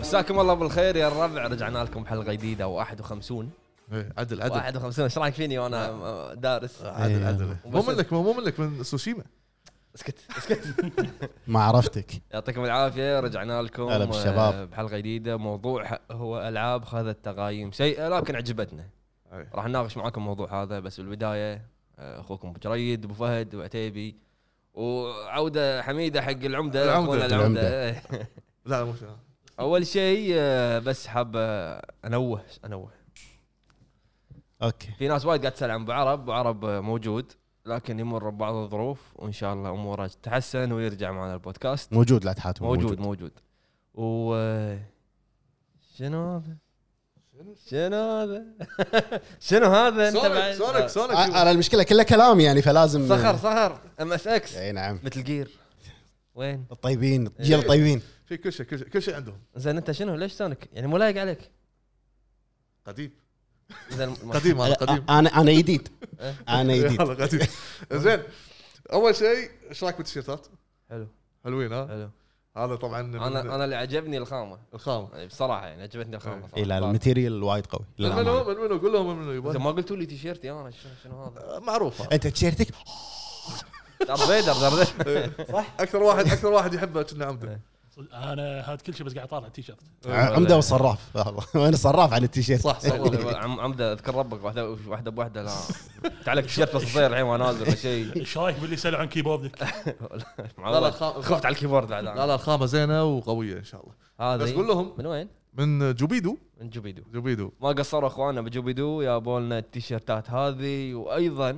مساكم الله بالخير يا الربع. رجعنا لكم بحلقه جديده 51. عدل 51. ايش رايك فيني وانا دارس؟ عدل مو منك من سوشيما. اسكت ما عرفتك. يعطيكم العافيه. رجعنا لكم هلا بالشباب بحلقه جديده. موضوع هو العاب خذت تقايم سيئه لكن عجبتنا. راح نناقش معاكم الموضوع هذا، بس بالبدايه اخوكم ابو جريد، ابو فهد وعتيبي، وعوده حميده حق العمده. لا مو اول شيء بس حاب انوه اوكي. في ناس وايد قاعد تسال عن ابو عرب موجود لكن يمر ببعض الظروف، وان شاء الله اموره تتحسن ويرجع معنا البودكاست. موجود لا تحاتم. موجود. و شنو هذا انت بعد سونك انا المشكله كلها كلام يعني، فلازم صخر ام اس اكس. اي نعم، مثل جير. وين الطيبين جيل الطيبين في كل شيء عندهم. زين انت شنو ليش سونك يعني مو لايق عليك؟ قديم قديم. انا جديد. انا جديد. قديم. زين اول شيء ايش رايك بالتيشيرتات؟ حلوين حلو. هذا طبعا انا اللي عجبني الخامه يعني بصراحه، يعني عجبتني الخامه. اي لا الماتيريال وايد قوي. منو قول لهم منو يبغى. ما قلتوا لي تيشيرتي انا شنو هذا معروفه. انت تيشيرتك فيدر صح. اكثر واحد يحبه كنا عمده. انا هذا كل شيء بس قاعد اطالع التيشيرت. عمده وصراف. وين الصراف على التيشيرت؟ صح عمده اذكر ربك واحده بواحده. لا تعلق تيشيرت صغير الحين وانا نازل ولا شيء. ايش رايك باللي سالوا عن كيبوردك؟ لا خفت على الكيبورد بعد. لا الخامه زينه وقويه ان شاء الله. بس قول لهم من وين؟ من جوبيدو. ما قصروا اخواننا بجوبيدو، جابوا لنا التيشيرتات هذه، وايضا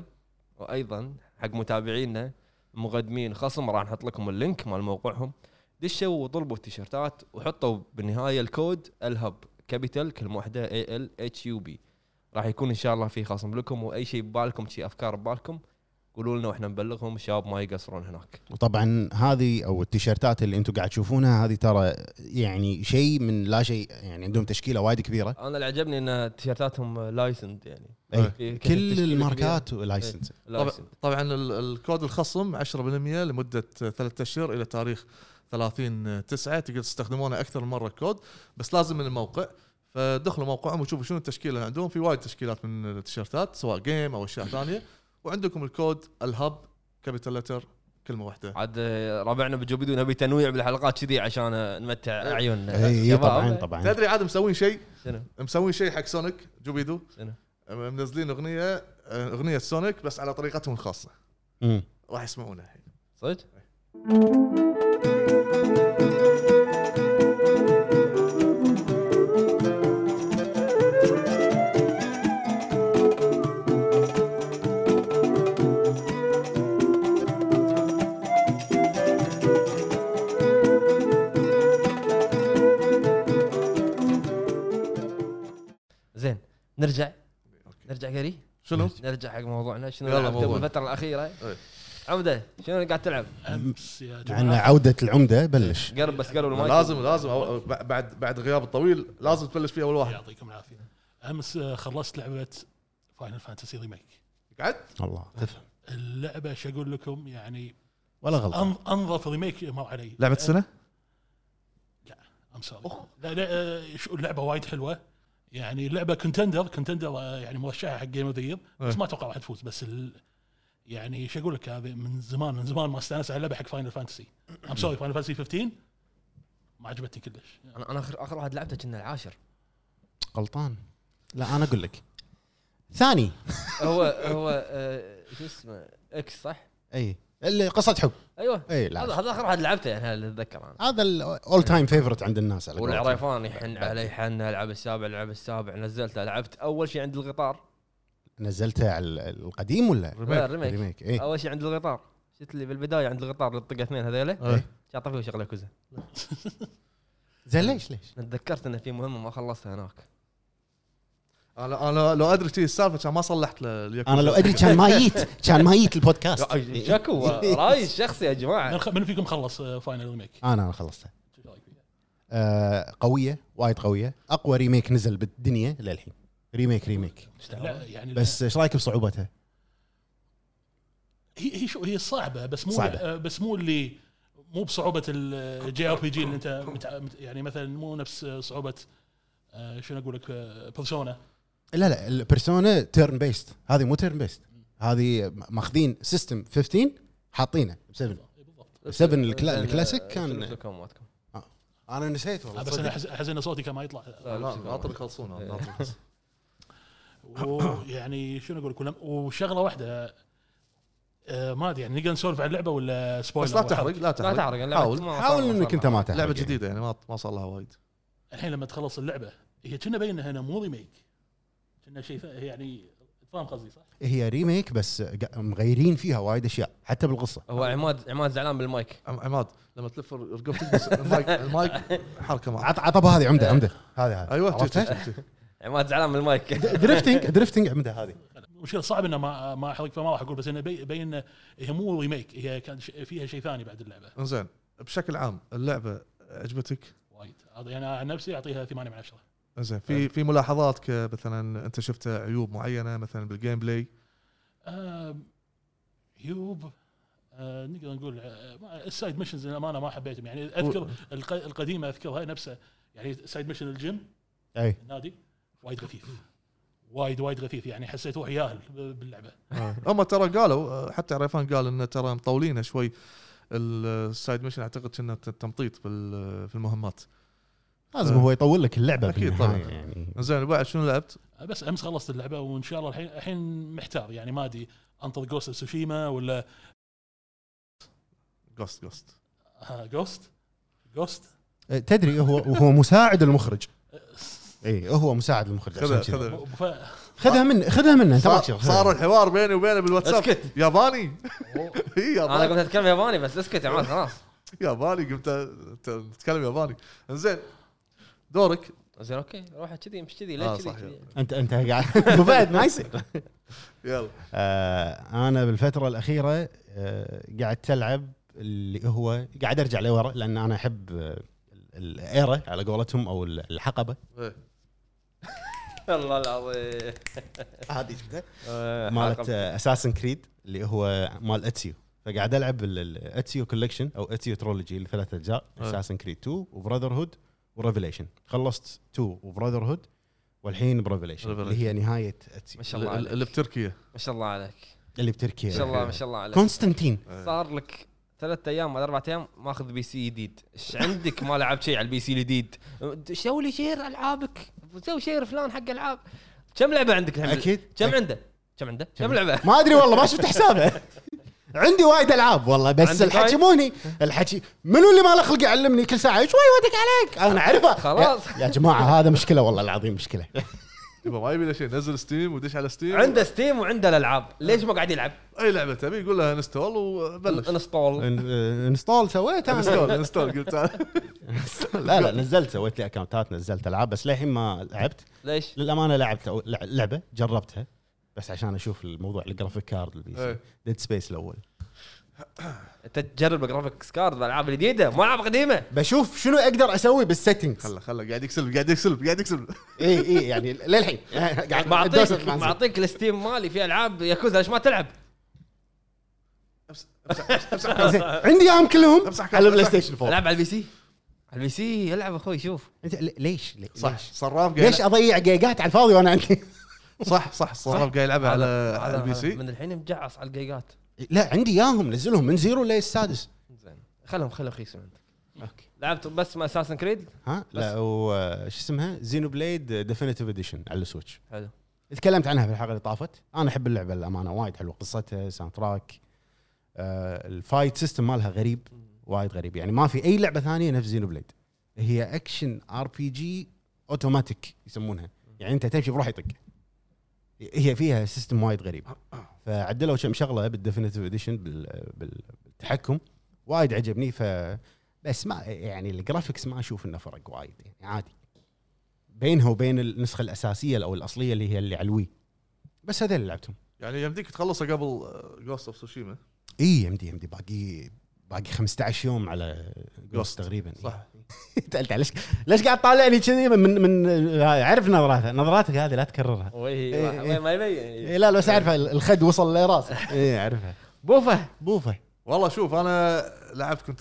حق متابعينا مقدمين خصم راح نحط لكم اللينك مال موقعهم. دشوا وطلبوا التيشيرتات وحطوا بالنهايه الكود الهب كابيتال كلمه واحده ALHUB. راح يكون ان شاء الله في خصم لكم، واي شيء ببالكم شيء افكار ببالكم قولوا لنا واحنا نبلغهم. الشباب ما يقصرون هناك. وطبعا هذه او التيشيرتات اللي انتم قاعد تشوفونها هذه ترى يعني شيء من لا شيء، يعني عندهم تشكيله وايد كبيره. انا اللي عجبني ان تيشيرتاتهم لايسند يعني كل الماركات لايسند. طبعا الكود الخصم 10% لمده 3 اشهر الى تاريخ 30/9. تقدر تستخدمونه اكثر من مره الكود، بس لازم من الموقع. فدخلوا موقعهم وشوفوا شنو التشكيله اللي عندهم. في وايد تشكيلات من التيشيرتات سواء جيم او اشياء ثانيه، وعندكم الكود الهب كابيتال لتر كلمه واحده. عاد ربعنا بجوبيدو نبي تنويع بالحلقات كذي عشان نمتع اعيننا. اي طبعا تدري عاد مسوين شيء. شنو مسوين شيء حق سونيك جوبيدو؟ شنو منزلين اغنيه سونيك بس على طريقتهم الخاصه. راح يسمعونها الحين صدق. زين نرجع قري. شنو نرجع حق موضوعنا. شنو لعبت بالفتره الاخيره؟ عمده شنو قاعد تلعب؟ امس يا جماعه عندنا عوده العمده. بلش قرب المايك. لازم بعد غياب الطويل لازم تبلش فيه اول واحد. يعطيكم العافيه. امس خلصت لعبه فاينل فانتسي ريميك. قعد الله تفهم اللعبه ايش اقول لكم يعني ولا غلط. انظف ريميك مر علي. لعبه السنه؟ لا ام سوري. لا اللعبه وايد حلوه يعني. اللعبه كونتندر يعني مرشحه حق جيم اوف ذا يير، بس ما اتوقع راح تفوز. بس يعني ايش اقول لك، هذه من زمان ما استانس على لعبه حق فاينل فانتسي. ام سوري فاينل فانتسي 15 ما عجبتني كلش. انا اخر واحد لعبته كنا العاشر. غلطان. لا انا اقول لك ثاني. هو شو اسمه اكس صح؟ اي اللي قصه حب. ايوه اي هذا اخر واحد لعبته يعني اللي اتذكر انا. هذا الاول تايم فيفورت عند الناس. والعريفان يحن علي العب السابع نزلته. لعبت اول شيء عند القطار. نزلته على القديم ولا ريميك؟ إيه؟ اول شيء عند القطار. شفت اللي بالبدايه عند القطار اللي طقه اثنين هذيله شاطر فيه شغله كوزه. زين ليش تذكرت ان في مهمه ما خلصتها هناك. انا لو ادري شيء السالفه كان ما صلحت الياكوزا. انا لو ادري كان مايت البودكاست. جاكو راي شخصي يا جماعه. من فيكم خلص فاينل ريميك؟ انا خلصتها. قويه وايد قويه. اقوى ريميك نزل بالدنيا للحين. ريميك يعني بس ايش رايك بصعوبتها؟ هي صعبه بس مو صعبة. بس مو اللي مو بصعوبه الجي ار بي جي اللي انت يعني مثلا مو نفس صعوبه شنو اقول لك بيرسونا. لا البيرسونا تيرن بيست، هذه مو تيرن بيست، هذه ماخذين سيستم 15 حاطينه ب7 7 الكلاسيك كان انا نسيت والله. بس انا احزن صوتي كان ما يطلع. ناطر يخلصون ويعني شنو اقول لك وشغله واحده ما ادري يعني نقدر نسولف عن اللعبه ولا سبويلر؟ بس لا تحرق حاول انك انت ما تحرق. لعبه جديده يعني ما صار لها وايد. الحين لما تخلص اللعبه هي كنا بينها هنا مو ريميك، كنا شيء يعني فاهم قصدي صح؟ هي ريميك بس مغيرين فيها وايد اشياء حتى بالقصه. هو عماد زعلان بالمايك. عماد لما تلف رقبتك بس المايك حركه معه. عطب هذه عمده هذه ايوه عماد زعلان بالمايك. درفتنج عمده هذه. مشكلة صعب انه ما احرق فما راح اقول، بس انه بين هي مو ريميك، هي كان فيها شيء ثاني بعد اللعبه. زين بشكل عام اللعبه عجبتك؟ وايد هذا انا عن نفسي اعطيها 8 من 10. زين في ملاحظات مثلا انت شفت عيوب معينه مثلا بالجيم بلاي؟ عيوب نقدر نقول السايد ميشنز الامانه ما حبيتهم، يعني اذكر القديمه اذكرها نفسها، يعني سايد ميشن الجيم اي النادي وايد خفيف، وايد خفيف، يعني حسيت روحي ياهل باللعبه. هم ترى قالوا حتى عرفان قال ان ترى مطولين شوي السايد ميشن، اعتقد انه تمطيط في المهمات. لازم هو يطول لك اللعبه اكيد طبعا يعني. زين بعد شنو لعبت؟ بس امس خلصت اللعبه وان شاء الله الحين محتار، يعني ما ادري انطر جوست سوشيما ولا جوست. تدري هو مساعد المخرج. اي هو مساعد المخرج. خذها منه انت. صار الحوار بيني وبينه بالواتساب. اسكت ياباني. انا قمت اتكلم ياباني بس اسكت يا عماد خلاص. ياباني قمت تتكلم ياباني. انزين دورك. زين اوكي روح كذي مش كذي ليش كذي انت قاعد ابو فهد ما يصير. يلا انا بالفتره الاخيره قاعد العب اللي هو قاعد ارجع لورا لان انا احب الايرا على قولتهم او الحقبه. الله العظيم هذه شفتها مالت اساسن كريد اللي هو مال اتسيو، فقاعد العب الاتسيو كولكشن او اتسيو ترولوجي الثلاث اجزاء اساسن كريد 2 وبراذر هود وريفيليشن. خلصت 2 وبراذر هود والحين بريفيليشن اللي هي نهايه اتسيو. ما شاء الله عليك. اللي بتركيا. ما شاء الله عليك. اللي بتركيا ما شاء الله عليك. كونستانتين صار لك 3 أيام ولا 4 أيام ماخذ بي سي جديد. ايش عندك ما لعبت شيء على البي سي الجديد؟ سوي لي شير العابك، سوي شير فلان حق العاب. كم لعبه عندك الحين؟ اكيد كم عنده كم لعبه؟ ما ادري والله ما شفت حسابه. عندي وايد العاب والله بس الحكي منو اللي ما له خلق يعلمني كل ساعه شوي ودك عليك انا اعرفه خلاص يا جماعه هذا مشكله والله العظيم مشكله. يبا ما يبي له شيء، نزل ستيم ودش على ستيم. عنده ستيم وعنده الالعاب، ليش ما قاعد يلعب؟ اي لعبه تبي يقول لها انستول وبلش. انستول سويت انا. انستول قلت لا نزلت سويت لي اكونتات نزلت العاب بس للحين ما لعبت. ليش؟ للامانه لعبت لعبه جربتها بس عشان اشوف الموضوع الجرافيك كارد البي سي ديد سبيس الاول. انت تجرب جرافيكس كارد بالالعاب الجديده مو العاب قديمه، بشوف شنو اقدر اسوي بالسيتنجز. خله قاعد يكسب اي يعني للحين قاعد معطيك الستيم مالي في العاب ياكوزا ليش ما تلعب؟ عندي اياهم كلهم على البلاي ستيشن 4. العب على البي سي العب اخوي. شوف انت ليش صح صراف ليش اضيع جيجات على الفاضي وانا عندي صح صراف قاعد يلعبها على البي سي من الحين مجعص على الجيجات. لا عندي اياهم نزلهم من 0 للسادس. زين خلهم رخيصين عندك. اوكي لعبت بس ما اساسن كريد لا وش اسمها زينو بليد ديفينيتيف اديشن على السويتش. حلو تكلمت عنها في الحلقه اللي طافت. انا احب اللعبه الامانه وايد حلوه قصتها ساوند تراك الفايت سيستم مالها غريب وايد غريب يعني ما في اي لعبه ثانيه نفس زينو بليد. هي اكشن ار بي جي اوتوماتيك يسمونها يعني انت تمشي بروح يطق. هي فيها سيستم وايد غريب فعدلوا كم شغله بالديفينيتيف اديشن بالتحكم وايد عجبني. بس ما يعني الجرافيكس ما اشوف انه فرق وايد يعني عادي بينها وبين النسخه الاساسيه او الاصليه اللي هي اللي على الوي. بس هذول اللي لعبتهم يعني يمديك تخلصها قبل جوست اوف سوشيما. اي يمدي باقي 15 يوم على جوست تقريبا. صح انت ليش قاعد طالعني كذي من عارف نظراتك هذه لا تكررها. وين ما يبين. لا بس اعرف الخد وصل لراسه. اي اعرفها. بوفه والله شوف انا لعبت كنترول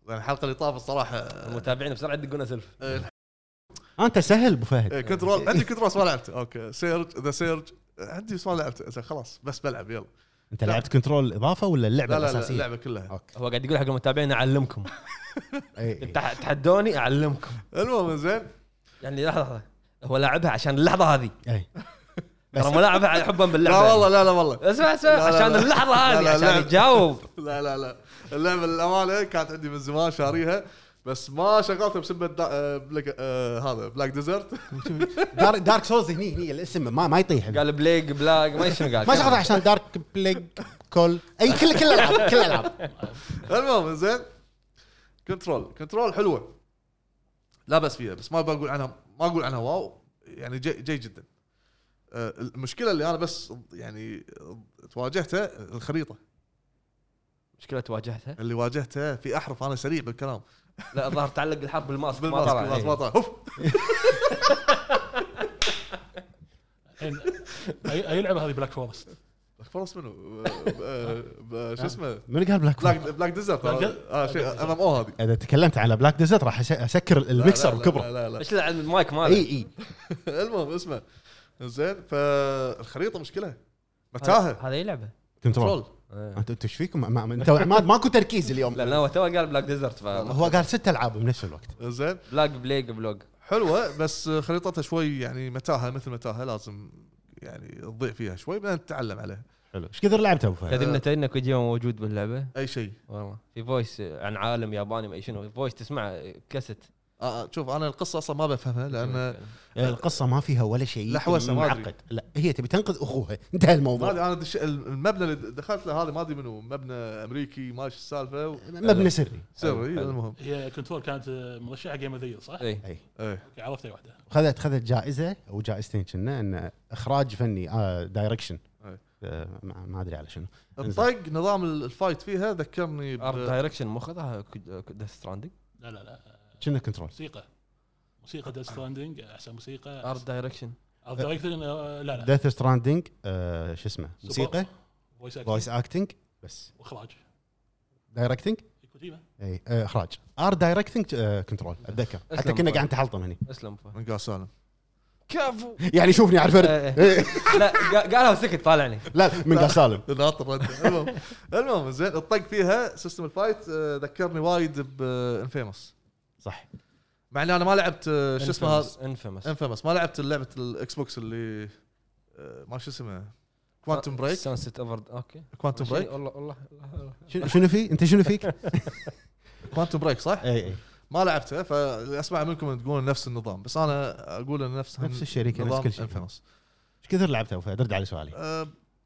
يعني الحلقه اللي طافت الصراحه المتابعين بسرعه يدقون سلف. انت سهل ابو فهد. كنترول عندي كنترول ما لعبت. اوكي سيرج ذا سيرج عندي ما لعبت خلاص بس بلعب يلا. انت لعبت كنترول اضافه ولا اللعبه لا الاساسيه؟ اللعبه كلها. اوكي. هو قاعد يقول حق المتابعين اعلمكم. اي تحدوني اعلمكم. المهم زين يعني لحظه هو لاعبها عشان اللحظه هذه. اي ترى مو لاعبها حبا لا باللعبه. والله لا والله اسمع لا، لا، عشان لا. اللحظه هذه لا، عشان يجاوب. لا اللعبه الامانه كانت عندي من زمان شاريها بس ما شغلتها بسبب هذا بلاك ديزرت. دارك سولز هني الاسم ما يطيح. قال بليج بلاك ما شنو قال. ما شغلت عشان دارك بليج كول اي كل الالعاب. المهم زين كنترول حلوه لا بس فيها بس ما اقول عنها واو يعني جيد جدا. المشكله اللي انا بس يعني تواجهتها الخريطه. مشكله تواجهتها اللي واجهتها في احرف انا سريع بالكلام. لا الظاهر تعلق الحرف بالماسك ما بالماسك طلع. ما طلع. اي لعبه هذه بلاك فورست. بلاك فورست منو؟ شو اسمه؟ من قال بلاك ديزرت. شيء ام او هذه. اذا تكلمت على بلاك ديزرت راح اسكر الميكسر وكبره. لا ايش على المايك ماله. اي المهم اسمه زين فالخريطه مشكله متاهه. هذه لعبه كنترول. انت ايش فيكم؟ انت ماكو تركيز اليوم. لا هو تو قال بلاك ديزرت هو قال 6 العاب بنفس الوقت. زين بلاك بليج بلوج حلوه بس خريطتها شوي يعني متاهه مثل متاهه لازم يعني تضيع فيها شوي بدنا نتعلم عليها. حلو. ايش كثر لعبتها ابو فهد؟ تدري ان كوجيما موجود باللعبه اي شيء والله في فويس عن عالم ياباني ما شنو فويس تسمع كاسيت. شوف انا القصه اصلا ما بفهمها لان القصه ما فيها ولا شيء لحوسه معقد. لا هي تبي تنقذ اخوها انتهى الموضوع. انا المبنى اللي دخلت له هذا ما ادري منو مبنى امريكي ماش السالفه مبنى سري. المهم هي كنترول كانت مرشحه جيم اوف ذا يير صح؟ اي عرفتها واحده. خذت جائزه او جائزتين كنا ان اخراج فني دايركشن. ما ادري على شنو. الطق نظام الفايت فيها ذكرني ارت دايركشن مو خذها ديث ستراندنج. لا كنا كنترول. موسيقى ديث ستراندنج احسن موسيقى. ارت دايركشن لا ديث ستراندنج شو اسمه موسيقى فويس اكتنج بس واخراج دايركتنج كوجيما. اي اخراج ارت دايركتنج كنترول اتذكر حتى كنا قاعد نتحلطم هني. اسلم من قال سالم كفو يعني شوفني على الفرد. لا قالها وسكت طالعني. لا من قال سالم. ناطر المهم زين الطق فيها سيستم الفايت ذكرني وايد بانفيموس صح. مع اني انا ما لعبت شو اسمه هذا انفيموس ما لعبت لعبه الاكس بوكس اللي ما شو اسمه كوانتم بريك سانست اوفر اوكي كوانتم بريك والله شنو في انت شنو فيك؟ كوانتم بريك صح اي ما لعبتها فاللي اسمع منكم تقولون نفس النظام بس انا اقول ان نفس الشركه نفس كل شيء. انفيموس ايش كثر لعبتها وفهد؟ رد على سؤالي.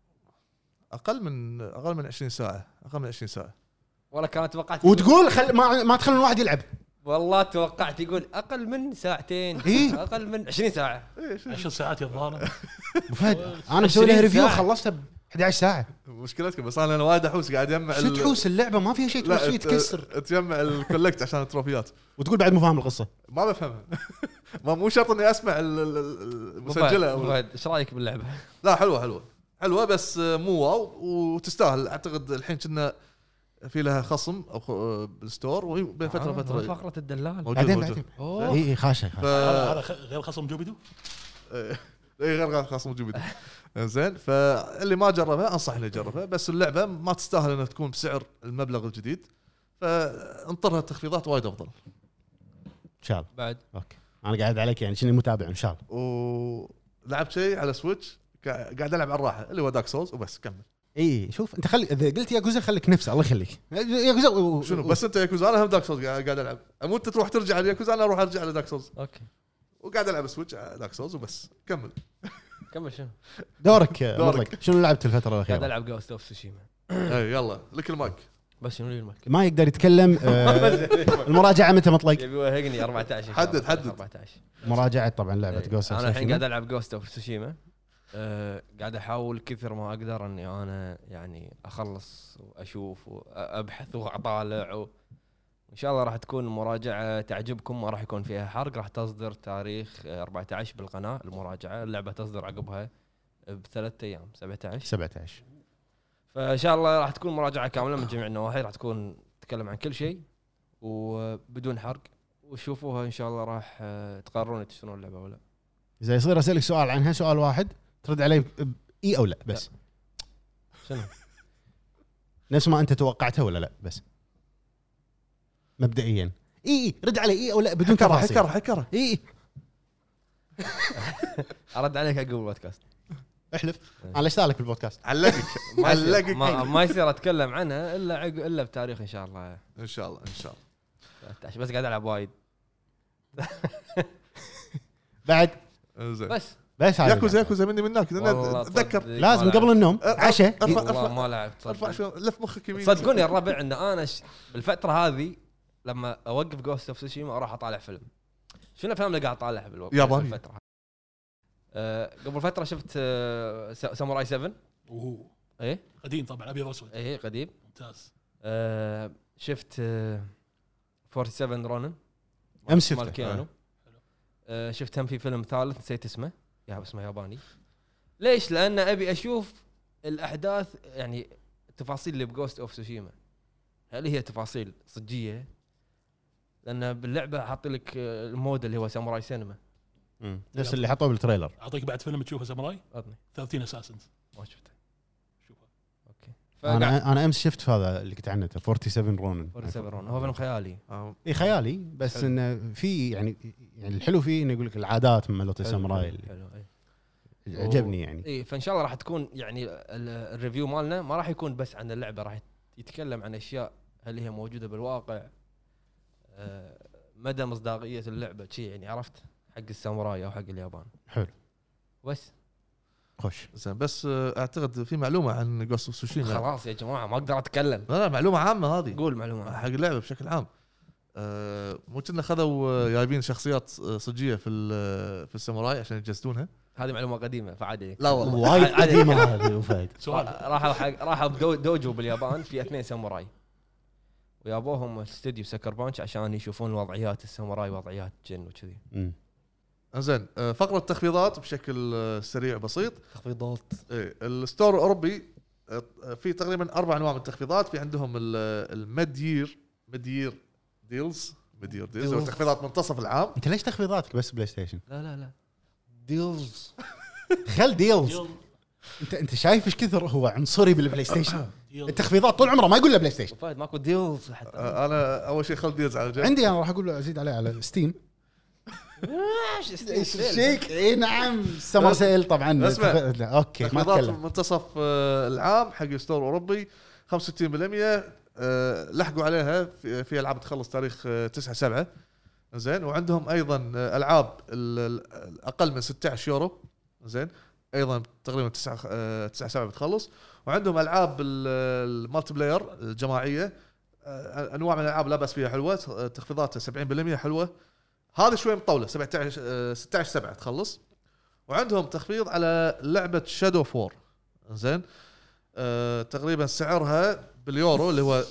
اقل من 20 ساعه والله كانت توقعت وتقول ما تخلون الواحد يلعب. والله توقعت يقول اقل من ساعتين. إيه؟ اقل من 20 ساعه 10 ساعات يا الظاهر. وفهد انا مسوي لها ريفيو خلصتها ب 11 ساعه. مشكلتكم بس انا وايد احوس قاعد اجمع شو تحوس اللعبه ما فيها شيء تحوس فيه تكسر تجمع الكولكت عشان التروفيات وتقول بعد مو فاهم القصه. ما بفهمها. ما مو شرط اني اسمع المسجله. ايش رايك باللعبه؟ لا حلوه بس مو واو وتستاهل. اعتقد الحين كنا في لها خصم او بالستور وبين فتره وفتره فقره الدلال بعدين اي خاشه هذا غير خصم جوبيدو. اي غير خصم جوبيدو. زين فاللي ما جربها انصح انه يجربها بس اللعبه ما تستاهل انها تكون بسعر المبلغ الجديد فانطرها التخفيضات وايد افضل ان شاء الله. بعد اوكي انا قاعد عليك يعني شنو متابع ان شاء الله. ولعبت شيء على سويتش قاعد العب على الراحه اللي هو دارك سولز وبس كمل. اي شوف انت اذا قلت ياكوزا خليك نفسه الله يخليك ياكوزا شنو بس انت ياكوزا انا هم دارك سولز قاعد العب اموت تروح ترجع على ياكوزا انا اروح ارجع على دارك سولز. اوكي وقاعد العب سويتش دارك سولز وبس كمل شنو دورك شنو لعبت الفتره الاخيره؟ قاعد العب جوست اوف سوشيما. اي يلا لك المايك بس شنو المايك ما يقدر يتكلم. المراجعه متى مطلق؟ يبي يوهقني 14 حدد 14 مراجعه طبعا لعبه جوست اوف انا الحين قاعد العب جوست اوف سوشيما. قاعد احاول كثر ما اقدر اني انا يعني اخلص واشوف وابحث واطالع وان شاء الله راح تكون المراجعه تعجبكم. ما راح يكون فيها حرق. راح تصدر تاريخ 14 بالقناه المراجعه. اللعبه تصدر عقبها ب3 ايام 17. فان شاء الله راح تكون مراجعه كامله من جميع النواحي. راح تكون تتكلم عن كل شيء وبدون حرق، وشوفوها ان شاء الله راح تقررون تشترون اللعبه ولا. اذا يصير اسالك سؤال عنها سؤال واحد ترد علي اي او لا بس. شنو؟ نفس ما انت توقعتها ولا لا بس مبدئيا اي رد علي اي او لا بدون تفاصيل. حكره اي ارد عليك عقب البودكاست. احلف انا ليش سالك بالبودكاست علقك ما يصير اتكلم عنها الا بتاريخ ان شاء الله. ان شاء الله 13 بس قاعد العب وايد بعد زين. بس ياكوزا مني منك اتذكر لازم قبل النوم عشاء والله ما لعبت. ارفع شوي لف مخك يمين. صدقوني الربع ان انا بالفتره هذه لما اوقف جوست اوف سوشيما اروح اطالع فيلم. شنو الافلام اللي قاعد اطالعها بالوقت ياباني. بالفتره قبل فتره شفت ساموراي 7. ايه قديم طبعا ابيض واسود. ايه قديم ممتاز. شفت 47 رونن امس شفته. مال كيانو. شفت هم في فيلم ثالث نسيت اسمه اسمه ياباني. ليش؟ لان ابي اشوف الاحداث يعني التفاصيل اللي بجوست اوف سوشيما هل هي تفاصيل صجيه، لان باللعبه حاط لك المود اللي هو ساموراي سينما نفس اللي حطوه بالتريلر. اعطيك بعد فيلم تشوفه ساموراي عطني 13 اساسنز ما شفته. شوفه. اوكي انا امس شفت هذا اللي كنت عنه 47 رونن. 47 رونن هو فيلم خيالي. اي خيالي بس حلو. انه في يعني الحلو فيه انه يقول لك العادات مالت الساموراي حلو اي عجبني يعني. اي فان شاء الله راح تكون يعني الريفيو مالنا ما راح يكون بس عن اللعبه، راح يتكلم عن اشياء هل هي موجوده بالواقع، مدى مصداقيه اللعبه شيء يعني عرفت حق الساموراي او حق اليابان. حلو بس خوش زين. بس اعتقد في معلومه عن جوست اوف سوشيما. خلاص يا جماعه ما اقدر اتكلم. لا معلومه عامه هذه. قول معلومه حق اللعبه بشكل عام. مو كنا خذوا جايبين شخصيات صجيه في الساموراي عشان يجسدونها. هذه معلومه قديمه فعادي. لا والله وايد قديمه هذه وفايد. سؤال راحوا دوجو باليابان في 2 ساموراي ويابوهم استوديو سكر بانش عشان يشوفون وضعيات الساموراي وضعيات جن وكذي. زين. فقره تخفيضات بشكل سريع بسيط. تخفيضات ايه الستور الاوروبي في تقريبا 4 انواع من التخفيضات. في عندهم الميد يير ديلز وتخفيضات منتصف العام. انت ليش تخفيضاتك بس بلاي ستيشن؟ لا ديلز خل ديلز. انت شايف ايش كثر هو عنصري بالبلاي ستيشن. التخفيضات طول عمره ما يقول له بلاي ستيشن. فايد ماكو ديلز حتى. انا اول شيء خل ديلز على جنب. عندي انا راح اقول له ازيد عليه على ستيم. شيك اي نعم سمر سيل طبعا. اوكي ما تخفيضات اتكلم. منتصف العام حق ستور اوروبي 65%. لحقوا عليها في العاب تخلص تاريخ 9/7. زين. وعندهم ايضا العاب اقل من 16 يورو. زين. ايضا تقريبا 9/7 بتخلص. وعندهم العاب المالتي بلاير الجماعيه انواع من الالعاب لا باس فيها حلوه تخفيضاتها 70% حلوه. هذه شوي مطوله 16/7 تخلص. وعندهم تخفيض على لعبه شادو 4. زين. تقريبا سعرها باليورو اللي هو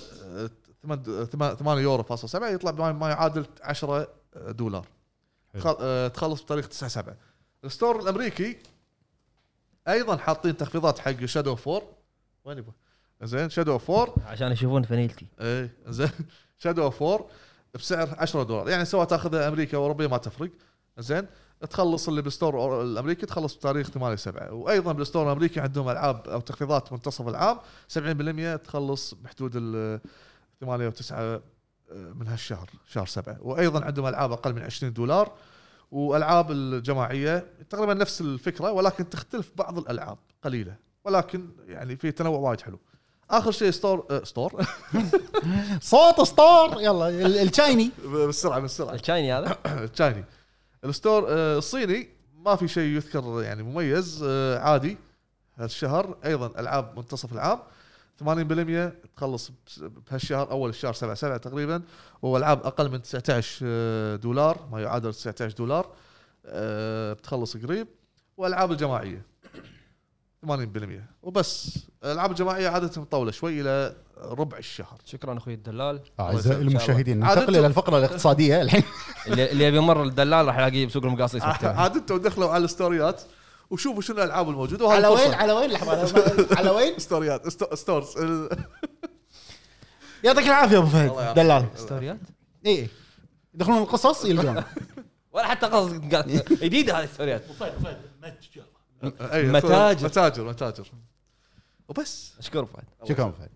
8 يورو فاصل 7 يطلع ما يعادل $10. تخلص بتاريخ 9/7. الستور الامريكي ايضا حاطين تخفيضات حق شادو 4. وين يبغى؟ زين. شادو 4 عشان يشوفون فانيلتي. اي زين. شادو 4 بسعر $10 يعني سواء تاخذها امريكا او اوروبيه ما تفرق. زين. تخلص اللي بالستور الامريكي تخلص بتاريخ 8/7. وايضا بالستور الامريكي عندهم العاب او تخفيضات منتصف العام 70% تخلص بحدود 8 و9 من هالشهر شهر 7. وايضا عندهم العاب اقل من $20. والعاب الجماعيه تقريبا نفس الفكره ولكن تختلف بعض الالعاب قليله ولكن يعني في تنوع وايد حلو. اخر شيء ستور صوت ستور يلا التشايني بالسرعه التشايني هذا التشايني. الستور الصيني ما في شيء يذكر يعني مميز عادي هالشهر. ايضا العاب منتصف العام 80% تخلص بهالشهر اول الشهر 7/7 تقريبا. والعاب اقل من $19 ما يعادل $19 بتخلص قريب. والالعاب الجماعيه 80% وبس. الالعاب الجماعيه عاده مطوله شوي الى ربع الشهر. شكرا اخوي الدلال. اعزائي المشاهدين ننتقل الى الفقره الاقتصاديه الحين. اللي يبي يمر الدلال راح يلاقيه بسوق المقاصيص. عاد انتم دخلوا على الستوريات وشوفوا شنو الالعاب الموجوده. على وين لحظه على وين ستوريات ستورز يعطيك العافيه ابو فهد دلال. ستوريات اي يدخلون القصص يلقون. ولا حتى قصص جديده هذه الستوريات. وفهد متجر متاجر وبس. اشكر فهد. شكرا فهد.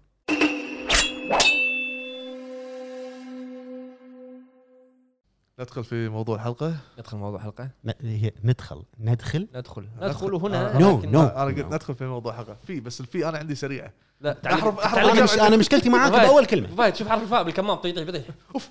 ندخل في موضوع الحلقه. ندخل موضوع حلقه. ندخل هنا. نو لكن- نو انا قلت ندخل في موضوع الحلقه بس الفي انا عندي سريعه. لا انا مشكلتي معاك باول كلمه. فهد شوف حرف الفاء بالكمام طيح بطيح.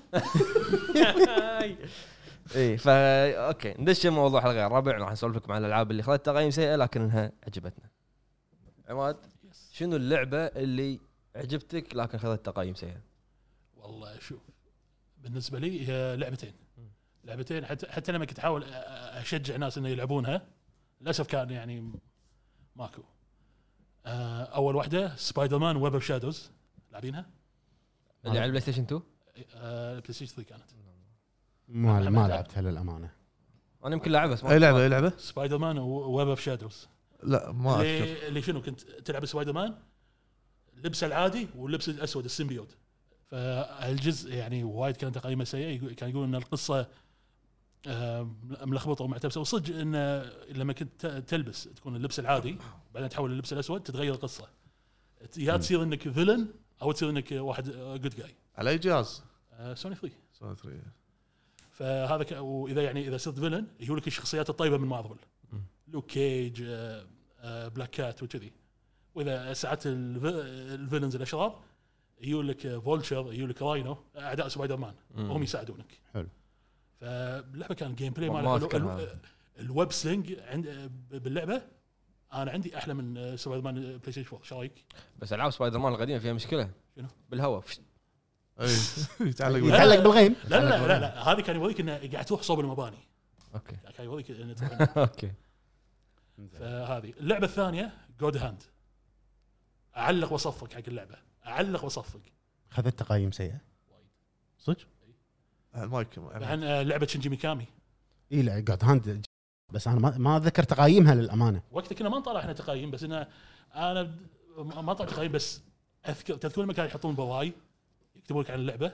اي فا اوكي ندش موضوع الحلقه الرابع. راح نسولف لكم عن الالعاب اللي اخذت تقييم سيئه لكنها عجبتنا. عماد شنو اللعبه اللي عجبتك لكن اخذت تقييم سيئه؟ والله شوف بالنسبه لي هي لعبتين حتى لما كنت احاول اشجع ناس انه يلعبونها للاسف كان يعني ماكو. اول واحده سبايدر مان ويب اوف شادوز لاعبينها اللي على البلاي ستيشن 2. بلاي ستيشن 3 كانت ما لعبتها للامانه. انا يمكن لعبها بس اي لعبه سبايدر مان وويب اوف شادوز. لا ما اذكر. اللي شنو كنت تلعب سبايدر مان لبسه العادي واللبس الاسود السيمبيوت. فالجزء يعني وايد كان تقييمه سيء. كان يقول ان القصه ملخبطه ومعتبسه وصدق ان لما كنت تلبس تكون اللبس العادي بعدين تحول للبس الاسود تتغير القصه. يا تصير انك فيلن او تصير انك واحد جود جاي. على اي جهاز؟ سوني 3. سوني 3. فهذا واذا يعني اذا صرت فيلن يقول لك الشخصيات الطيبه من مارفل لوك كيج بلاك كات وكذي. واذا ساعات الفيلنز الاشرار يقول لك فولتشر يقول لك راينو اعداء سبايدر مان وهم يساعدونك. حلو. فاللعبه كان جيم بلاي ما ماله الويب سلينج عند باللعبه انا عندي احلى من سبايدر مان بلاي ستيشن 4. ايش رايك؟ بس العاب سبايدر مان القديمه فيها مشكله. شنو؟ بالهواء. اي يتعلق يتعلق بالغيم. لا هذه كان يوريك انه قاعد تروح صوب المباني. اوكي كان يوريك انه اوكي. فهذه اللعبه الثانيه جود هاند. اعلق واصفق حق اللعبه اعلق واصفق. اخذت تقييم سيئه صدق. المايك عن لعبه شينجي ميكامي. اي لا جود هاند بس انا ما اتذكر تقايمها للامانه. وقتها كنا ما نطلع احنا تقييم بس انا ما طلع تقييم بس اذكر تذكرون لما كانوا يحطون بواي يكتبوا لك عن اللعبه.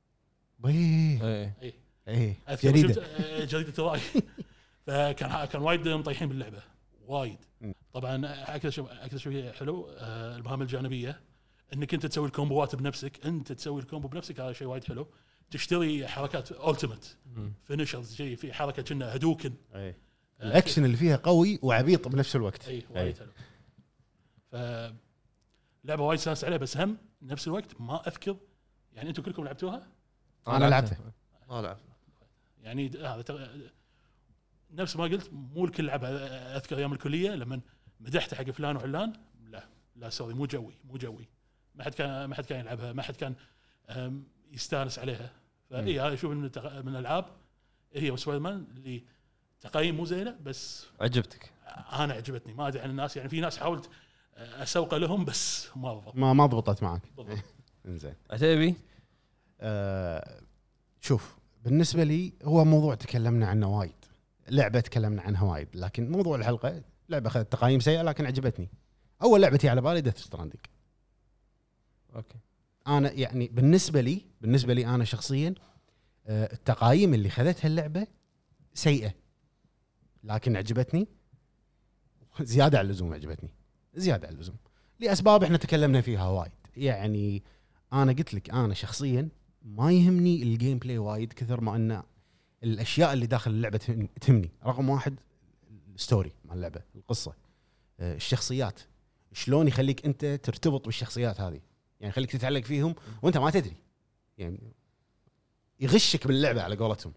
ايه جريده الراي. فكان وايد مطيحين باللعبه وايد. طبعا اكثر شيء حلو المهام الجانبيه انك انت تسوي الكومبوات بنفسك. انت تسوي الكومبو بنفسك هذا شيء وايد حلو. تشتري حركات التيمت فينيشرز شيء في حركه كنا هدوكن. الاكشن اللي فيها قوي وعبيط بنفس الوقت. اي وايد حلو. فلعبه وايد استانست عليها بس هم نفس الوقت ما اذكر يعني انتم كلكم لعبتوها. انا لعبتها ما لعب يعني هذا نفس ما قلت مو الكل لعبها. اذكر ايام الكليه لما مدحت حق فلان وعلان لا سوري مو جوي ما حد كان يلعبها ما حد كان يستانس عليها. فاي هذا اشوف من الالعاب هي وسبايدر مان اللي تقييم مو زينه بس عجبتك. انا عجبتني. ما ادري عن الناس يعني في ناس حاولت اسوق لهم بس ما ضبط ما ضبطت معك. انزين عتيبي. شوف بالنسبه لي هو موضوع تكلمنا عنه وايد. لعبه تكلمنا عنها وايد لكن موضوع الحلقه لعبه اخذت تقييم سيئه لكن عجبتني. اول لعبتي على بالي ديث ستراندينج. اوكي انا يعني بالنسبه لي انا شخصيا التقايم اللي خذتها اللعبه سيئه لكن عجبتني زياده على اللزوم. عجبتني زياده على اللزوم لاسباب احنا تكلمنا فيها وايد. يعني انا قلت لك انا شخصيا ما يهمني الجيم بلاي وايد كثر ما ان الاشياء اللي داخل اللعبه تهمني. رقم واحد الستوري مال اللعبه القصه الشخصيات شلون يخليك انت ترتبط بالشخصيات هذه يعني يخليك تتعلق فيهم وانت ما تدري يعني يغشك باللعبه على قولتهم.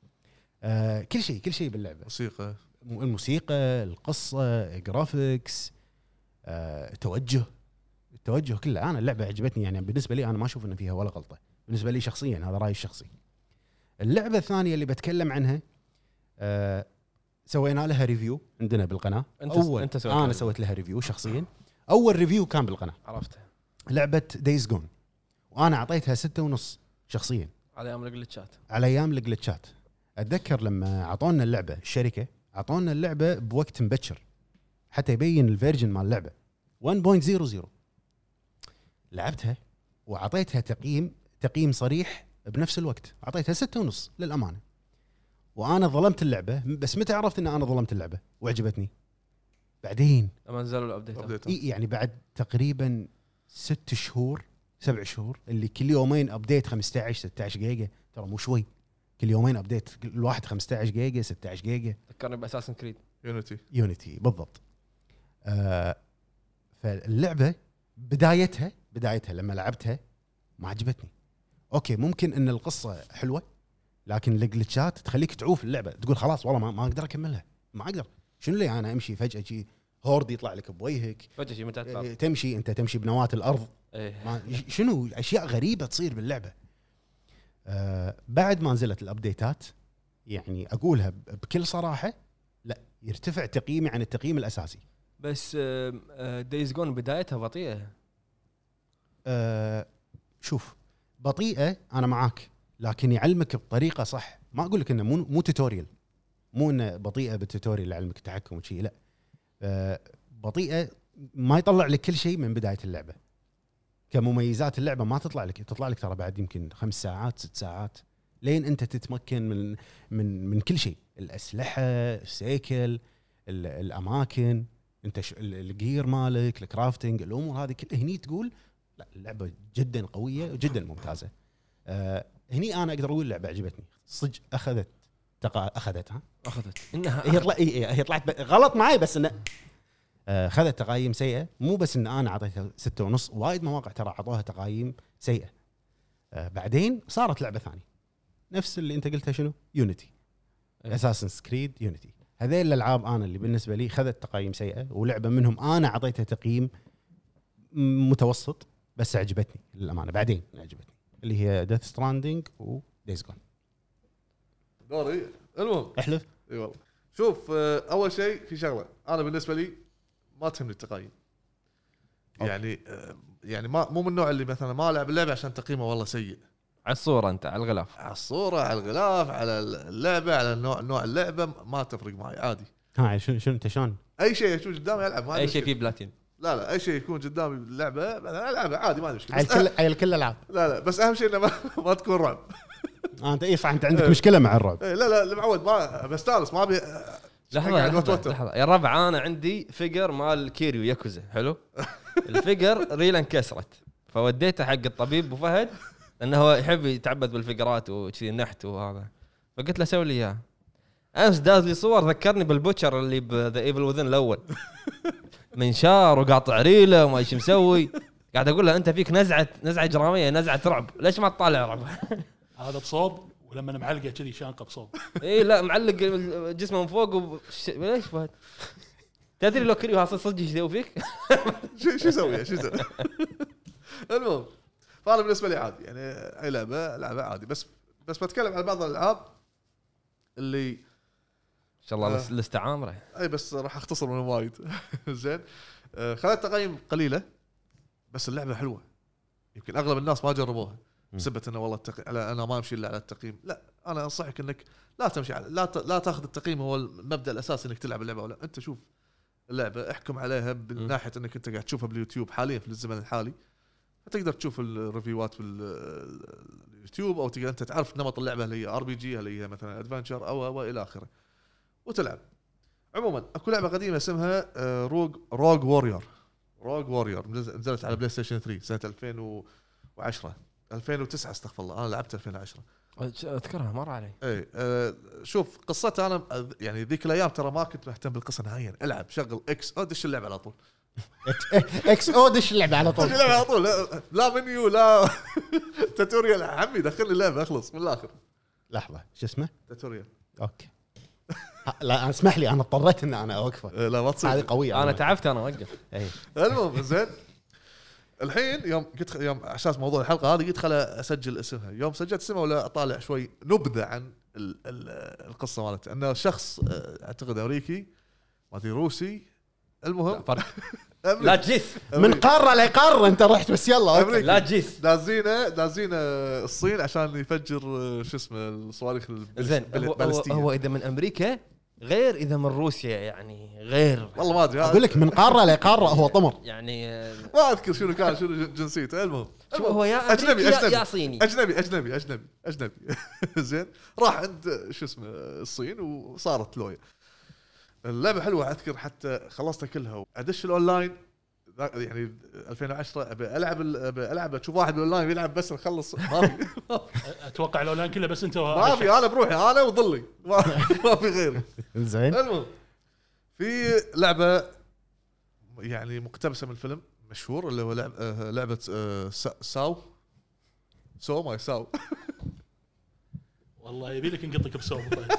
كل شيء باللعبه الموسيقى القصه جرافيكس التوجه كله. انا اللعبه عجبتني يعني بالنسبه لي انا ما اشوف ان فيها ولا غلطه بالنسبه لي شخصيا. هذا رايي الشخصي. اللعبه الثانيه اللي بتكلم عنها سوينا لها ريفيو عندنا بالقناه. انا سويت لها ريفيو شخصيا. اول ريفيو كان بالقناه عرفتها لعبه دايز جون وانا اعطيتها 6.5 شخصيا على ايام الجلتشات. اتذكر لما اعطونا اللعبه الشركه اعطونا اللعبه بوقت مبكر حتى يبين الفيرجن مال اللعبه 1.00. لعبتها واعطيتها تقييم صريح بنفس الوقت اعطيتها 6.5 للامانه. وانا ظلمت اللعبه، بس متى عرفت ان انا ظلمت اللعبه وعجبتني؟ بعدين لما نزلوا الابديت. يعني بعد تقريبا 6 شهور 7 شهور، اللي كل يومين ابديت 15 16 جيجا، ترى مو شوي. كل يومين ابديت، الواحد 15 جيجا 16 جيجا. ذكرني باساسن كريد يونيتي بالضبط. فاللعبه بدايتها لما لعبتها ما عجبتني. اوكي ممكن ان القصه حلوه، لكن الجلتشات تخليك تعوف اللعبه، تقول خلاص والله ما اقدر اكملها، ما اقدر. شنو اللي انا امشي فجاه شي هورد يطلع لك بوجهك، فجاه شي متى تمشي بنواه الارض. إيه. شنو اشياء غريبه تصير باللعبه. بعد ما نزلت الابديتات، يعني اقولها بكل صراحه، لا يرتفع تقييمي عن التقييم الاساسي. بس دايز جون بدايتها بطيئه. شوف بطيئه انا معاك، لكن يعلمك بطريقه صح. ما اقول لك انه مو توتوريال، مو انه بطيئه بالتوتوريال يعلمك التحكم وشي، لا. بطيئه ما يطلع لك كل شيء من بدايه اللعبه. كمميزات اللعبه ما تطلع لك ترى بعد يمكن 5 ساعات 6 ساعات لين انت تتمكن من كل شيء. الاسلحه، السيكل، الاماكن، انت الجير مالك، الكرافتنج، الامور هذه كلها هني تقول لا اللعبه جدا قويه وجدا ممتازه. هني انا اقدر اقول اللعبه عجبتني صدق. اخذت انها هي طلعت غلط معي، بس انه اخذت تقايم سيئه. مو بس ان انا اعطيتها 6.5، وايد مواقع ترى اعطوها تقايم سيئه. بعدين صارت لعبه ثانيه نفس اللي انت قلتها، شنو؟ يونيتي. اساسن كريد يونيتي. هذيل الالعاب انا اللي بالنسبه لي خذت تقايم سيئه، ولعبه منهم انا اعطيتها تقييم متوسط بس عجبتني للامانه. بعدين عجبتني اللي هي ديث ستراندينج ودايز جون. دوري المهم احلف. اي والله. شوف اول شيء في شغله انا بالنسبه لي ما تهمني التقييم. يعني ما مو من النوع اللي مثلا ما العب اللعبه عشان تقييمه والله سيء. على الصوره، انت على الغلاف، على الصوره، على الغلاف، على اللعبه، على نوع اللعبه ما تفرق معي عادي. ها شنو انت شلون؟ اي شيء يكون قدامي العب، ما اي شيء فيه بلاتين. لا اي شيء يكون قدامي اللعبه مثلا العبها عادي، ما عندي مشكله. على الكل العاب. لا بس اهم شيء انه ما تكون رعب. انت اي صح، انت عندك مشكله مع الرعب. لا معود، ما بستانس، ما ابي. لحظه يا ربع، انا عندي فيجر مال كيريو ياكوزا حلو. الفيجر ريلا انكسرت، فوديته حق الطبيب ابو فهد لانه هو يحب يتعبد بالفيجرات وكذي النحت وهذا. فقلت له سوي لي اياه. امس داز لي صور ذكرني بالبوتشر اللي بذا ايفل وذن الاول، منشار وقاطع ريله وما ايش مسوي. قاعد اقول له انت فيك نزعه جراميه، نزعه رعب، ليش ما تطالع رعب؟ هذا بصوب، ولما معلقه كذي شانقه بصوب. اي لا معلق جسمه من فوق ليش فهد؟ تدري لو كريو حاصل صدق ايش يسوي فيك؟ شو يسوي المهم، فانا بالنسبه لي عادي، يعني اي لعبه عادي. بس بتكلم عن بعض الالعاب اللي ان شاء الله الاستعامره. اي بس راح اختصر من وايد. زين، خذت تقييم قليله بس اللعبه حلوه. يمكن اغلب الناس ما جربوها بسبب انه والله انا ما امشي الا على التقييم. لا، انا انصحك انك لا تمشي على لا تاخذ التقييم هو المبدا الاساسي انك تلعب اللعبه ولا. انت شوف اللعبه، احكم عليها من ناحيه انك انت قاعد تشوفها باليوتيوب حاليا في الزمن الحالي، فتقدر تشوف الريفيوات باليوتيوب، او تقدر انت تعرف نمط اللعبه اللي هي RPG، اللي هي مثلا ادفنتشر او الى اخره، وتلعب. عموما اكو لعبه قديمه اسمها روج وورير نزلت على بلاي ستيشن 3 سنه 2009 استغفر الله، انا لعبت 2010 اذكرها مر علي. اي شوف قصتها، انا يعني ذيك الايام ترى ما كنت مهتم بالقصه نهائيا. العب شغل اكس او دش اللعبه على طول. اكس او دش اللعبه على طول. لا منيو لا توتوريال. عمي دخل لي اللعبه اخلص من الاخر. لحظه شو اسمه؟ توتوريال. اوكي. لا اسمح لي، انا اضطريت ان انا اوقفه. لا ما تصير، هذه قويه. انا تعبت، انا اوقف. المهم زين، الحين يوم اساس موضوع الحلقه هذه قلت خل اسجل اسمها. يوم سجلت اسمها ولا اطالع شوي نبذه عن القصه مالته، انه شخص اعتقد امريكي ما ادري روسي، المهم لا تجيس من قاره لقاره انت رحت، بس يلا لا تجيس. دازينه الصين عشان يفجر شو اسمه الصواريخ زين، هو اذا من امريكا غير اذا من روسيا يعني غير والله ما ادري اقول لك من قاره لقاره هو طمر. يعني ما اذكر شنو كان شنو جنسيته. المهم شو هو يا أجنبي، أمريكي أجنبي. يا صيني. اجنبي زين. راح عند شو اسمه الصين وصارت لويا. اللعبه حلوه اذكر حتى خلصتها كلها. ادش الاونلاين يعني 2010 ابي العب اشوف واحد بالاونلاين يلعب بس نخلص ما في اتوقع الاونلاين كله بس انت ما في انا بروحي انا وظلي ما في غيري. زين. المهم في لعبه يعني مقتبسه من فيلم مشهور اللي هو لعبه ساو ماي ساو. والله يبي لك نقطك بسوم.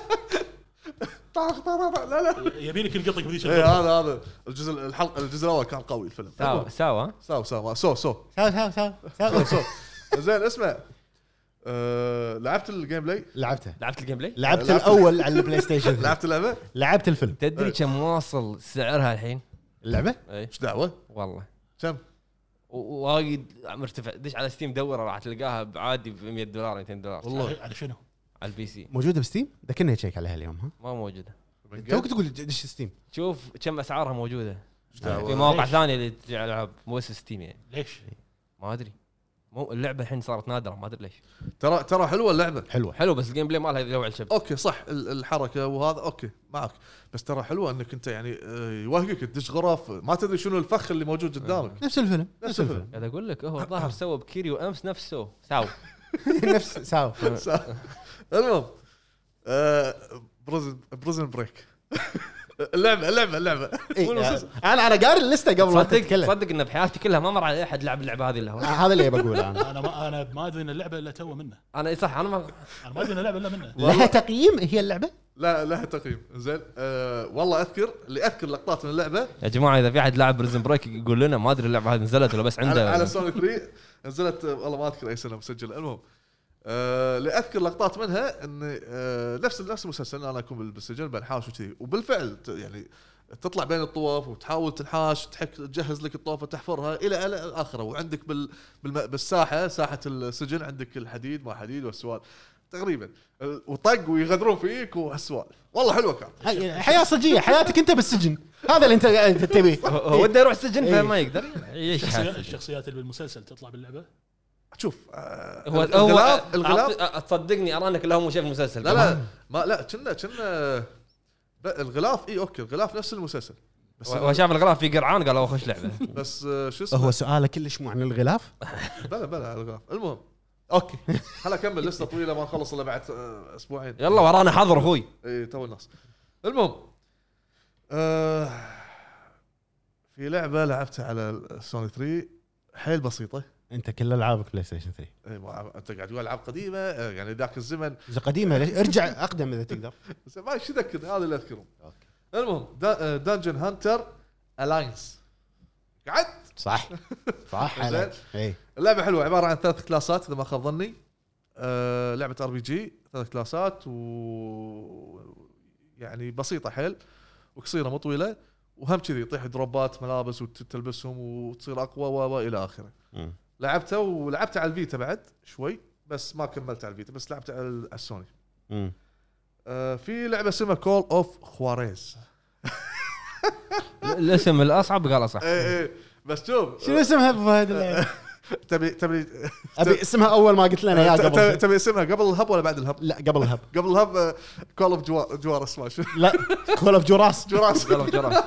لا يبي لك نقطك بذيك ايه هذا الجزء الاول كان قوي الفيلم. ساو زين. اسمع لعبت الجيم بلاي. لعبت الجيم بلاي. لعبت الاول على البلاي ستيشن. لعبت اللعبه. لعبت الفيلم. تدري كم واصل سعرها الحين اللعبه؟ ايش دعوه والله كم وايد مرتفع. دش على ستيم دور راح تلقاها بعادي ب $100 $200 والله. على شنو؟ على البي سي. موجوده بستيم؟ ذكرني تشيك عليها اليوم. ها ما موجوده. توك تقول دش ستيم. شوف كم اسعارها موجوده دعوة. في مواقع ليش؟ ثانيه اللي تبيع العاب مو بس ستيم يعني. ليش؟ ما ادري. مو اللعبه الحين صارت نادره ما ادري ليش. ترى حلوه اللعبه. حلوه بس الجيم بلاي مالها يلوع الشب. اوكي صح الحركه وهذا اوكي معك. بس ترى حلوه انك انت يعني يوهقك تدش غرف ما تدري شنو الفخ اللي موجود قدامك. نفس الفيلم. قاعد اقول لك هو الظاهر سوى بكيريو امس نفسه ساو. نفس ساو. المهم بريزن بريك. اللعبه انا قاري اللسته قبل ما تتكلم. صدق ان بحياتي كلها ما مر علي احد لعب اللعبه هذه الا هو. هذا اللي بقول انا. انا ما ادري ان اللعبه الا تو منه. انا صح انا ما ادري ان اللعبه الا منه. لها تقييم هي اللعبه؟ لا لها تقييم زين. والله اذكر لقطات من اللعبه. يا جماعه اذا في احد لاعب بريزن بريك يقول لنا ما ادري اللعبه هذه نزلت ولا بس عنده على سوني 3 نزلت. والله ما اذكر اي سنه مسجله. المهم اللي اذكر لقطات منها ان نفس المسلسل انا اكون بالسجن بنحاش وكذي. وبالفعل يعني تطلع بين الطواف وتحاول تنحاش تجهز لك الطوفه تحفرها الى اخره. وعندك بالساحه ساحه السجن عندك الحديد ما حديد والسوال تقريبا وطق ويغدرون فيك وهالسوال. والله حلوه كانت حياه صجيه حياتك انت بالسجن. هذا اللي انت تبيه. هو وده يروح السجن فما يقدر يعيش الشخصيات اللي بالمسلسل تطلع باللعبه. شوف هو الغلاف تصدقني ارانك اللي هو مو شايف المسلسل. لا كنا الغلاف اوكي الغلاف نفس المسلسل. بس هو شاف الغلاف في قرعان قال خوش لعبه. بس شو اسمه هو سؤاله كلش مو عن الغلاف. بلا الغلاف. المهم اوكي هلا كمل لسه طويله ما نخلص الا بعد اسبوعين. يلا ورانا حظر اخوي. اي تو الناس. المهم في لعبه لعبتها على سوني 3 حيل بسيطه. انت كل العابك بلاي ستيشن 3. اي انت قاعد تقول العاب قديمه يعني ذاك الزمن. اذا قديمه ارجع اقدم اذا تقدر. ما ايش اذكر هذا اللي اذكره. المهم دانجن هانتر الاينس. قعدت صح زين. اي اللعبه حلوه عباره عن 3 كلاسات اذا ما خاب ظني. لعبه ار بي جي 3 كلاسات يعني بسيطه حيل وقصيره مو طويله. وهم كذي يطيح دروبات ملابس وتلبسهم وتصير اقوى والى اخره. لعبته ولعبت على الفيتا بعد شوي بس ما كملت على الفيتا بس لعبت على السوني. في لعبه اسمها كول اوف خواريز. الاسم الاصعب قال صح. ايه بس شوف شنو اسمها بهذه اللعبه؟ تبي ابي اسمها اول ما قلت لنا يا قبل. تبي اسمها قبل الهب ولا بعد الهب؟ لا قبل الهب. قبل الهب كول اوف جوار اسمه شو؟ لا كول اوف جوراس. جراس.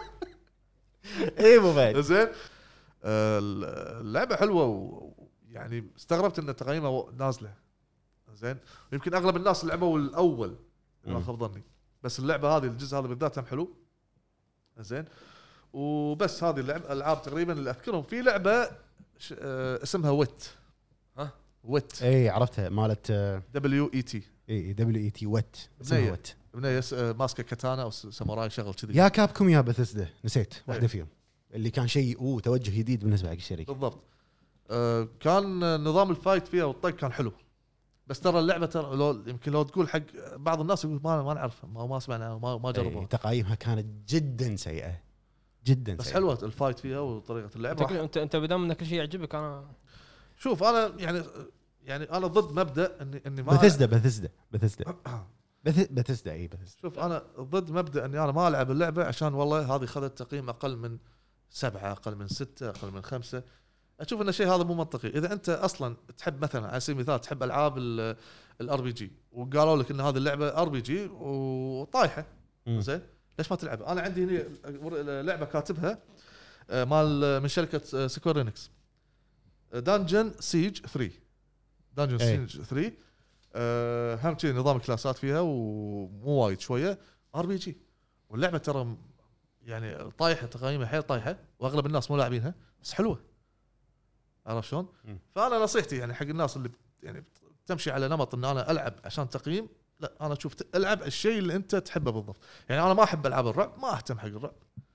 اي ابو فهد. زين اللعبه حلوه ويعني استغربت ان تقييمها نازله. زين يمكن اغلب الناس لعبوا الاول ما خاب ظني بس اللعبه هذه الجزء هذا بالذات هم حلو. زين وبس هذه اللعبه العاب تقريبا اللي اذكرهم. في لعبه اسمها ويت اي عرفتها مالت WET. اي WET ويت. اسمها ويت ماسكه كاتانا او ساموراي شغل كذي. يا كابكم يا بثيسدا نسيت واحده فيهم اللي كان شيء توجه جديد بالنسبه حق الشركه بالضبط. كان نظام الفايت فيها والطق كان حلو بس ترى اللعبه ترى يمكن لو تقول حق بعض الناس يقول ما نعرف ما سمعنا ما جربوها. تقييمها كانت جدا سيئه جدا بس سيئة. حلوه الفايت فيها وطريقه اللعبه. انت بدام انك كل شيء يعجبك انا شوف انا يعني انا ضد مبدا اني ما بثيسدا بتسدا اي بتسدا. شوف انا ضد مبدا اني انا ما العب اللعبه عشان والله هذه خذت تقييم اقل من 7 اقل من 6 اقل من 5. اشوف ان الشيء هذا مو منطقي. اذا انت اصلا تحب مثلا على سبيل المثال تحب العاب الار بي جي وقالوا لك ان هذه اللعبه ار بي جي وطايحه زين ليش ما تلعب؟ انا عندي هنا لعبه كاتبها مال من شركه سكويرينكس دانجن سيج 3 دانجن سيج 3 هم شيء نظام كلاسات فيها ومو وايد شويه ار بي جي واللعبه ترى يعني طايحه تقييمها حيل طايحه واغلب الناس مو لاعبينها بس حلوه عرفت شلون؟ فانا نصيحتي يعني حق الناس اللي يعني تمشي على نمط ان انا العب عشان تقييم لا انا اشوف العب الشيء اللي انت تحبه بالضبط. يعني انا ما احب العاب الرعب ما اهتم حق الرعب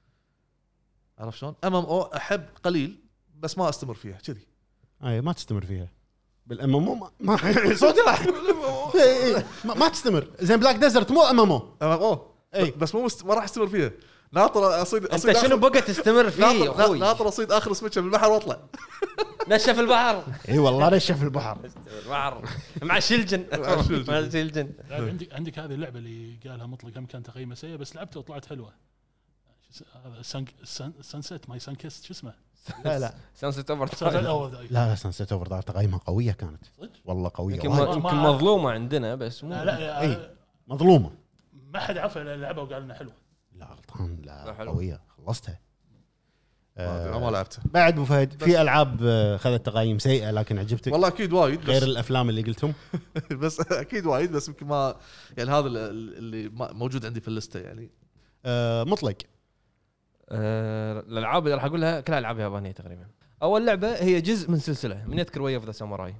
عرفت شلون؟ او احب قليل بس ما استمر فيها كذي. اي ما تستمر فيها بالامامو ما صوتي راح ما تستمر زين. بلاك ديزرت مو امامو اي بس ما راح استمر فيها. ناطر اصيد انت شنو بقى تستمر فيه يا اخوي؟ ناطر اصيد اخر سمكه بالبحر واطلع نشف البحر. اي والله نشف البحر البحر مع شلجن مع شلجن. عندك هذه اللعبه اللي قالها مطلق هم كان تقييمه سيء بس لعبتها وطلعت حلوه. هذا سانسيت ماي سانكيست شو اسمه؟ لا سانسيت اوفر لا سانسيت اوفر دار تقييمها قويه كانت والله قويه. يمكن مظلومه عندنا بس مو لا مظلومه ما حد عرف اللعبه وقال لنا حلوه. لا غلطان لا قويه خلصتها. ما لعبتها بعد ابو فهد في العاب خذت تقييم سيئه لكن عجبتك؟ والله اكيد وايد غير الافلام اللي قلتهم بس اكيد وايد بس يمكن ما يعني هذا اللي موجود عندي في الليسته يعني مطلق. الالعاب اللي راح اقولها كلها العاب يابانيه تقريبا. اول لعبه هي جزء من سلسله من يذكر واي اوف ذا ساموراي.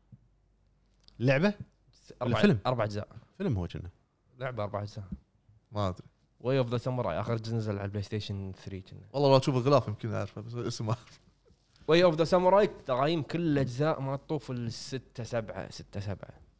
لعبه فيلم 4 اجزاء فيلم هو كنا لعبه 4 اجزاء ما ادري. واي اوف ذا ساموراي اخر جزء نزل على البلاي ستيشن 3 كنا. والله لو اشوف الغلاف يمكن اعرفه بس اسمه واي اوف ذا ساموراي تقييم كل الاجزاء ما تطوف ال6 7 6 7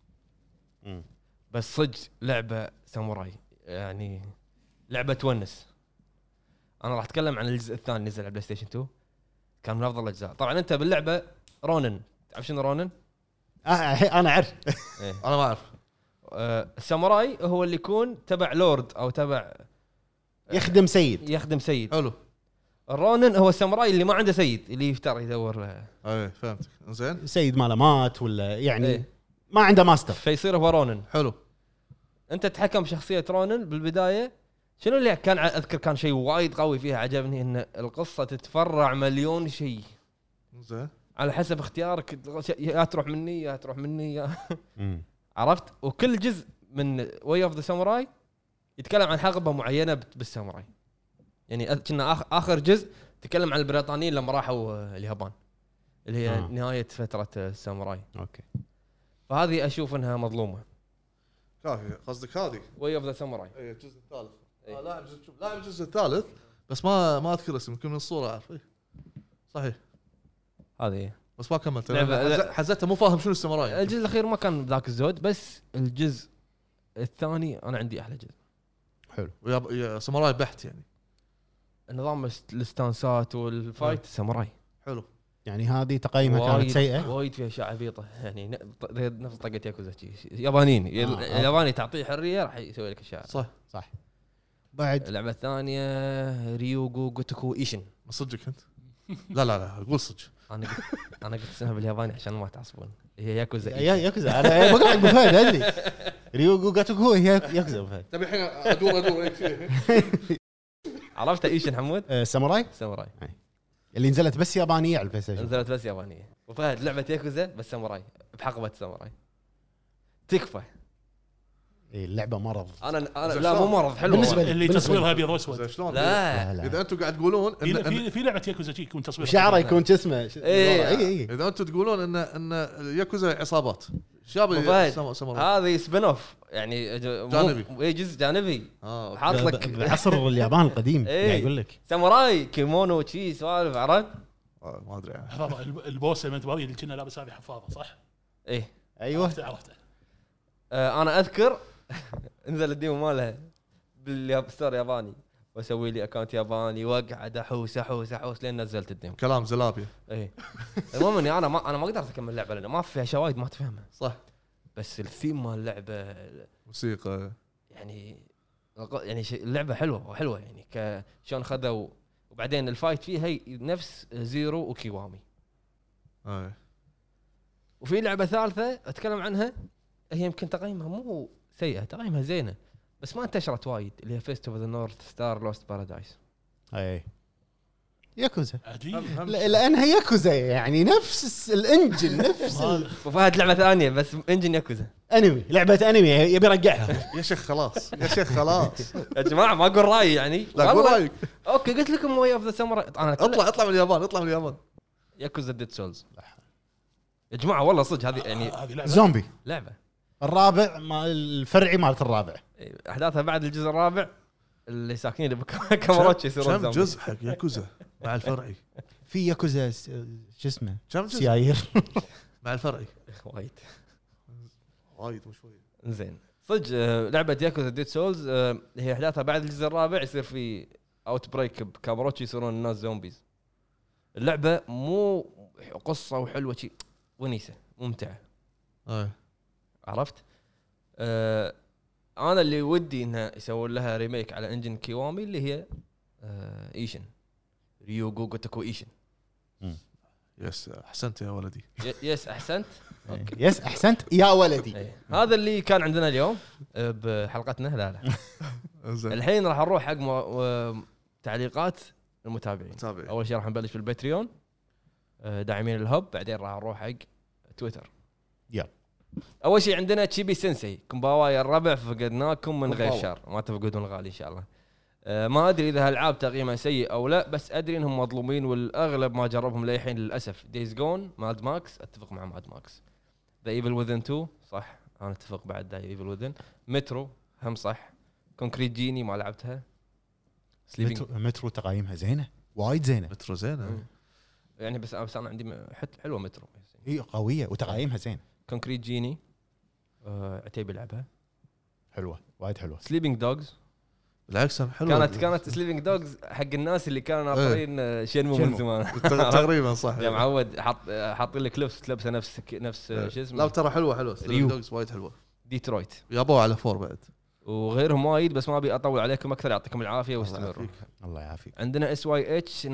بس صدق لعبه ساموراي يعني لعبه تونس. انا راح اتكلم عن الجزء الثاني نزل على البلاي ستيشن 2 كان من افضل الاجزاء. طبعا انت باللعبه رونن تعرف شنو رونن؟ انا اعرف إيه. انا ما اعرف. الساموراي هو اللي يكون تبع لورد او تبع يخدم سيد. حلو. الرونن هو الساموراي اللي ما عنده سيد اللي يفتر يدور له. اي فهمتك زين. سيد ماله مات ولا يعني إيه. ما عنده ماستر فيصير هو رونن. حلو. انت تتحكم بشخصيه رونن بالبدايه. شنو اللي كان اذكر كان شيء وايد قوي فيها عجبني ان القصه تتفرع مليون شيء زين على حسب اختيارك يا تروح مني يا عرفت. وكل جزء من واي اوف ذا ساموراي يتكلم عن حقبه معينه بالساموراي. يعني كنا اخر جزء تكلم عن البريطانيين لما راحوا اليابان اللي هي نهايه فتره الساموراي. اوكي فهذه اشوف انها مظلومه. كافي قصدك هذه واي اوف ذا ساموراي اي الجزء الثالث. لاعب الجزء الثالث بس ما اذكر اسمه يمكن من الصوره اعرف. صحيح هذه بس ما كملت. حزتها مو فاهم شنو الساموراي. الجزء الاخير ما كان ذاك الزود بس الجزء الثاني انا عندي احلى جزء. حلو يا ساموراي بحت يعني نظام الاستانسات والفايت ساموراي حلو. يعني هذه تقييمها كانت سيئه وايد فيها اشاعه عبيطه يعني نفس طقه ياكوزا يابانيين الياباني تعطيه حريه راح يسوي لك اشاعه. صح. بعد اللعبه الثانيه ريوغو جوتوكو ايشن. صدقك انت؟ لا قول صدق. انا قلت اسمها بالياباني عشان ما تعصبون. هي ياكوزا ياكوزا انا بقول ابو فهد ادري ريوغو جوتوكو هي ياكوزا ابو فهد. تبي الحين ادور عرفت ايشن حمود؟ ساموراي اللي نزلت بس يابانيه على البلاي ستيشن. نزلت بس يابانيه وفهد لعبه ياكوزا بس ساموراي بحقبه ساموراي تكفى. اللعبه مرض. انا لا مو مرض حلو بالنسبه اللي تصويرها ابيض واسود. شلون لا اذا انتم قاعد تقولون في لعبه ياكوزا يكون تصويرها شعره يكون جسمه اذا انتم تقولون ان ياكوزا عصابات شابه هذه سبين اوف يعني جانبي جزء جانبي حاط لك بعصر اليابان القديم يقول لك ساموراي كيمونو شي سوالف عرفت. ما ادري يعني البوس اللي كنا لابس هذه حفاظه صح. ايوه عرفته. انا اذكر انزل الديمو مالها بالستور ياباني واسوي لي اكونت ياباني واقعد احوس لين نزلت الديمو. كلام زلابيا. المهم اني انا ما قدرت اكمل اللعبه لان ما فيها شواهد ما تفهمها. صح. بس الثيم مال اللعبه موسيقى يعني اللعبه حلوه يعني شلون خذوا. وبعدين الفايت فيها نفس زيرو وكيوامي. وفي لعبه ثالثه اتكلم عنها، هي يمكن تقييمها مو سيئه، تقييمها زينه بس ما انتشرت وايد، اللي هي فيست اوف ذا نورث ستار لوست بارادايس. اي ياكوزا، عجيب. لانها ياكوزا يعني نفس الانجن نفس وفهد لعبه ثانيه بس انجن ياكوزا انمي، لعبه انمي يبي يرجعها. يا شيخ خلاص يا شيخ خلاص يا جماعه ما اقول رايي يعني. لا قول رايك. اوكي قلت لكم واي اوف ذا ساموراي. انا اطلع من اليابان، اطلع من اليابان. ياكوزا ديد سولز يا جماعه والله صدق هذه يعني هذه لعبه زومبي لعبه الرابع مال الفرعي مالت الرابع. احداثها بعد الجزء الرابع، اللي ساكنين بكاميراتشي يصيرون كم جزء حق ياكوزا مع الفرعي؟ في ياكوزا شو اسمه كم جزء سيايير مع الفرعي؟ وايد مو شويه. زين صدق. لعبه ياكوزا ديد سولز هي احداثها بعد الجزء الرابع، يصير في اوت بريك بكاميراتشي يصيرون الناس زومبيز. اللعبه مو قصه وحلوه شيء، ونيسه ممتعه. عرفت؟ انا اللي ودي انها يسوون لها ريميك على انجن كيوامي اللي هي ايشن ريوغو جوتوكو ايشن. يس احسنت يا ولدي. يس احسنت. يس احسنت يا ولدي. هذا اللي كان عندنا اليوم بحلقتنا. لا الحين راح نروح حق تعليقات المتابعين. اول شيء راح نبلش بالباتريون داعمين الهب، بعدين راح نروح حق تويتر. يلا اول شيء عندنا تشيبي سensei كومباوا يا الربع، فقدناكم من غير شر، ما تفقدون الغالي ان شاء الله. ما ادري اذا هالالعاب تقييمها سيء او لا، بس ادري انهم مظلومين والاغلب ما جربهم للحين للاسف. دايز جون، ماد ماكس، اتفق مع ماد ماكس. ذا ايفل وذن 2 صح، انا اتفق بعد ذا ايفل وذن. مترو هم صح. كونكريت جيني ما لعبتها. مترو تقييمها زينه، وايد زينه. مترو زينه يعني بس انا عندي حلوه مترو، هي قويه وتقييمها زين. كونكريت جيني عتيبي لعبها حلوه وايد حلوه. سليبينج دوجز بالعكس حلوه. كانت سليبينج دوجز حق الناس اللي كانوا ناطرين شنمو من زمان. تقريبا صح يا معود حاطين لك لبس تلبسه نفس شو اسمه. لا ترى حلوه سليبينج دوجز وايد حلوه. ديترويت يابوا على 4 بعد وغيرهم وايد، بس ما ابي اطول عليكم اكثر. يعطيكم العافيه واستمروا. الله يعافيك. عندنا SYH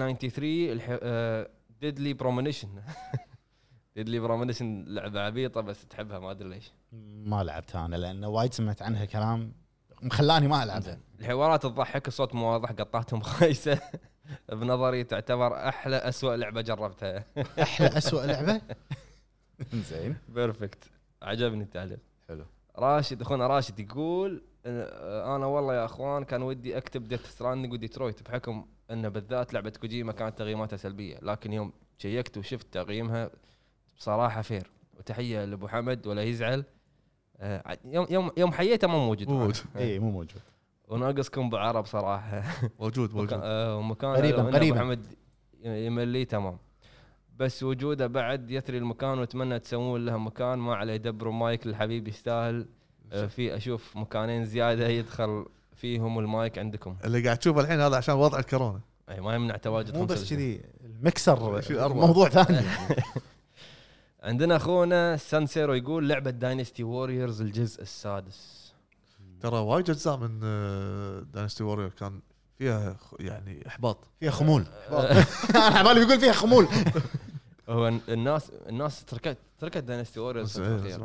93 ديدلي برومونيشن. ديدلي برومونيشن لعبه عبيطه بس تحبها، ما ادري ليش. ما لعبتها انا لان وايد سمعت عنها كلام مخلاني ما العبها. الحوارات تضحك، الصوت مو واضح، قطعتهم خايسه. بنظري تعتبر احلى اسوأ لعبه جربتها. احلى اسوأ لعبه. زين بيرفكت، عجبني التعليق. حلو. راشد اخونا راشد يقول انا والله يا اخوان كان ودي اكتب ديث ستراندنج وديترويت، بحكم ان بالذات لعبه كوجيما كانت تقييماتها سلبيه، لكن يوم شيكت وشفت تقييمها بصراحه فير. وتحيه لابو حمد ولا يزعل. يوم حييته مو موجود. اي مو موجود. وناقصكم بعرب صراحه. موجود ومكان قريبا ابو حمد يملي تمام، بس وجوده بعد يثري المكان، واتمنى تسوون له مكان ما عليه يدبروا مايك للحبيب يستاهل. في اشوف مكانين زياده يدخل فيهم المايك عندكم اللي قاعد تشوفه الحين هذا عشان وضع الكورونا. اي ما يمنع تواجد. مو بس كذي المكسر موضوع ثاني. عندنا اخونا سانسيرو يقول لعبه داينستي ووريرز الجزء السادس. ترى وايد اجزاء من داينستي وورير كان فيها يعني احباط، فيها خمول. انا عبالي بيقول فيها خمول. هو الناس تركت داينستي ووريرز.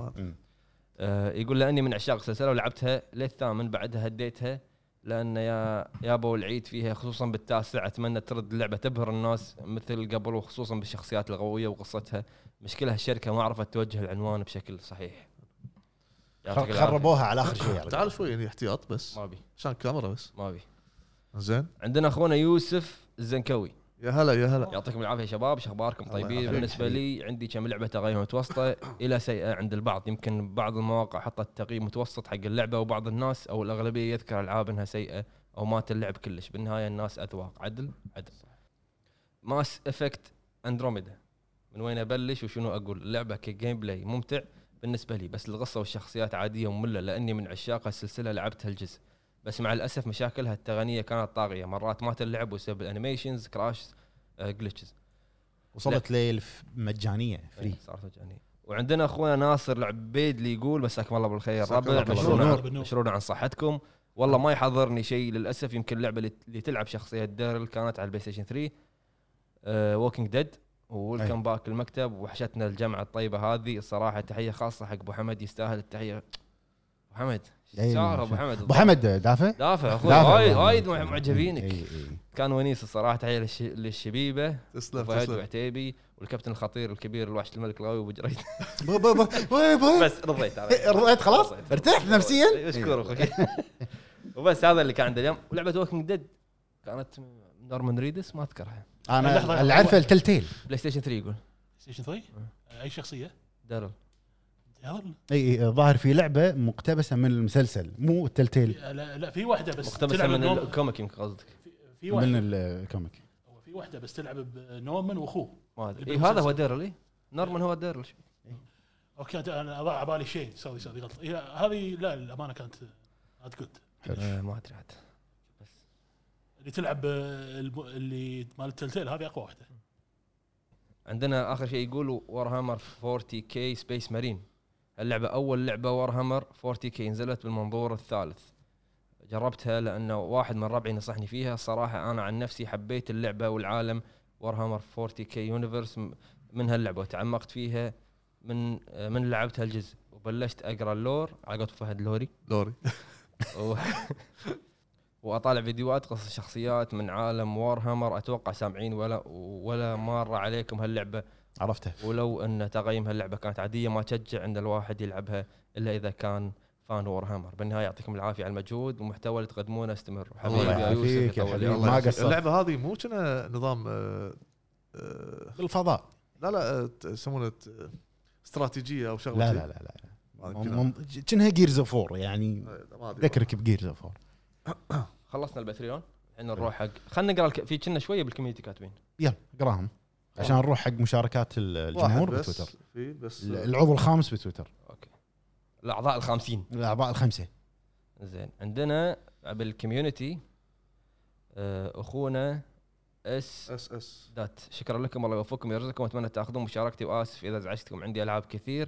يقول لاني من عشاق السلسله ولعبتها للثامن، بعدها هديتها لان يا ابو العيد فيها خصوصا بالتاسع. اتمنى ترد اللعبه تبهر الناس مثل قبل، وخصوصا بالشخصيات القويه وقصتها. مشكلة الشركه ما عرفت توجه العنوان بشكل صحيح. خربوها على اخر شيء. تعال شوي يعني احتياط بس ما بي عشان كاميرا بس ما بي. زين. عندنا اخونا يوسف الزنكوي. يا هلا يعطيكم العافيه يا شباب، شو اخباركم؟ طيبين. بالنسبه لي عندي كم لعبه تقييم متوسطه الى سيئه عند البعض. يمكن بعض المواقع حطت تقييم متوسط حق اللعبه، وبعض الناس او الاغلبيه يذكر العاب انها سيئه او مات اللعب كلش. بالنهايه الناس اذواق. عدل. ماس افكت اندروميدا، من وين ابلش وشنو اقول؟ اللعبه كجيم بلاي ممتع بالنسبه لي، بس القصه والشخصيات عاديه وممله، لاني من عشاق السلسله لعبت هالجزء، بس مع الاسف مشاكلها التقنيه كانت طاغيه. مرات مات اللعب بسبب الانيميشنز كراش جلitches. وصلت لي مجانيه فري. صارت مجانيه. وعندنا اخونا ناصر العبيد اللي يقول مساكم الله بالخير مساكم الله ربع بالنور. مشرونا عن صحتكم. والله ما يحضرني شيء للاسف. يمكن اللعبه اللي تلعب شخصيه ديرل كانت على البلاي ستيشن 3 ووكينج ديد وويلكم باك المكتب. وحشتنا الجمعه الطيبه هذه الصراحه. تحيه خاصه حق ابو حمد يستاهل التحيه. ابو حمد شعر ابو حمد ابو حمد دافع دافع اخوي دافع. وايد معجبينك. إي. كان ونيس الصراحه. تحيه للشبيبه تسلم فهد تسلم. وعتيبي والكابتن الخطير الكبير الوحش الملك الغاوي ابو جريد. بس رضيت رضيت خلاص؟ ارتحت نفسياً؟ اشكر اخوي. وبس هذا اللي كان عندنا اليوم. ولعبه ووكينج ديد كانت نورمان ريدس ما اذكرها. انا لحظة، اللي عارفه التلتيل. بلاي ستيشن 3 يقول ستيشن 3 اي شخصيه دارل. اي ظاهر في لعبه مقتبسه من المسلسل مو التلتيل لا في واحده بس مقتبسه تلعب من بنورمان. الكوميك يمكن قصدك. في من واحده الكوميك. هو في واحده بس تلعب بنورمان واخوه. ما ادري بالمسلسل. هذا هو دارل. إيه؟ نورمان هو دارل. اوكي انا اضاع على بالي شيء سوري غلط. هذه لا الامانه كانت نوت جود. ما ادري عاد. اللي تلعب اللي مال التلتيل هذه اقوى واحده. عندنا اخر شيء يقول وارهامر 40K سبيس مارين. اللعبه اول لعبه وارهامر 40K نزلت بالمنظور الثالث. جربتها لانه واحد من ربعي نصحني فيها. الصراحه انا عن نفسي حبيت اللعبه والعالم وارهامر 40K يونيفرس من هاللعبه وتعمقت فيها من لعبتها الجزء وبلشت اقرا اللور عقد فهد لوري واطالع فيديوهات قصص الشخصيات من عالم وارهامر. اتوقع سامعين ولا مر عليكم هاللعبه عرفتها. ولو ان تقييم هاللعبه كانت عاديه ما تشجع ان الواحد يلعبها الا اذا كان فان وارهامر. بالنهايه يعطيكم العافيه على المجهود والمحتوى اللي تقدمونه. استمروا حبيبي الله يا يوسف يعافيك يا يطول حبيبي. عمرك. ما قصرت. اللعبه هذه مو كنا نظام بالفضاء. لا يسمونه استراتيجيه او شغله. لا لا لا لا كأنها جيرز اوف 4 يعني ذكرك بجيرز اوف 4. خلصنا الباتريون الحين نروح حق خلينا نقرا في كنا شويه بالكوميونتي كاتبين. يلا اقراهم عشان نروح حق مشاركات الجمهور بس بتويتر. في بس العضو الخامس بتويتر. اوكي الاعضاء ال50 الاعضاء الخمسه. زين عندنا بالكوميونتي اخونا اس دات. شكرا لكم الله يوفقكم ويرزقكم واتمنى تاخذون مشاركتي واسف اذا ازعجتكم. عندي العاب كثير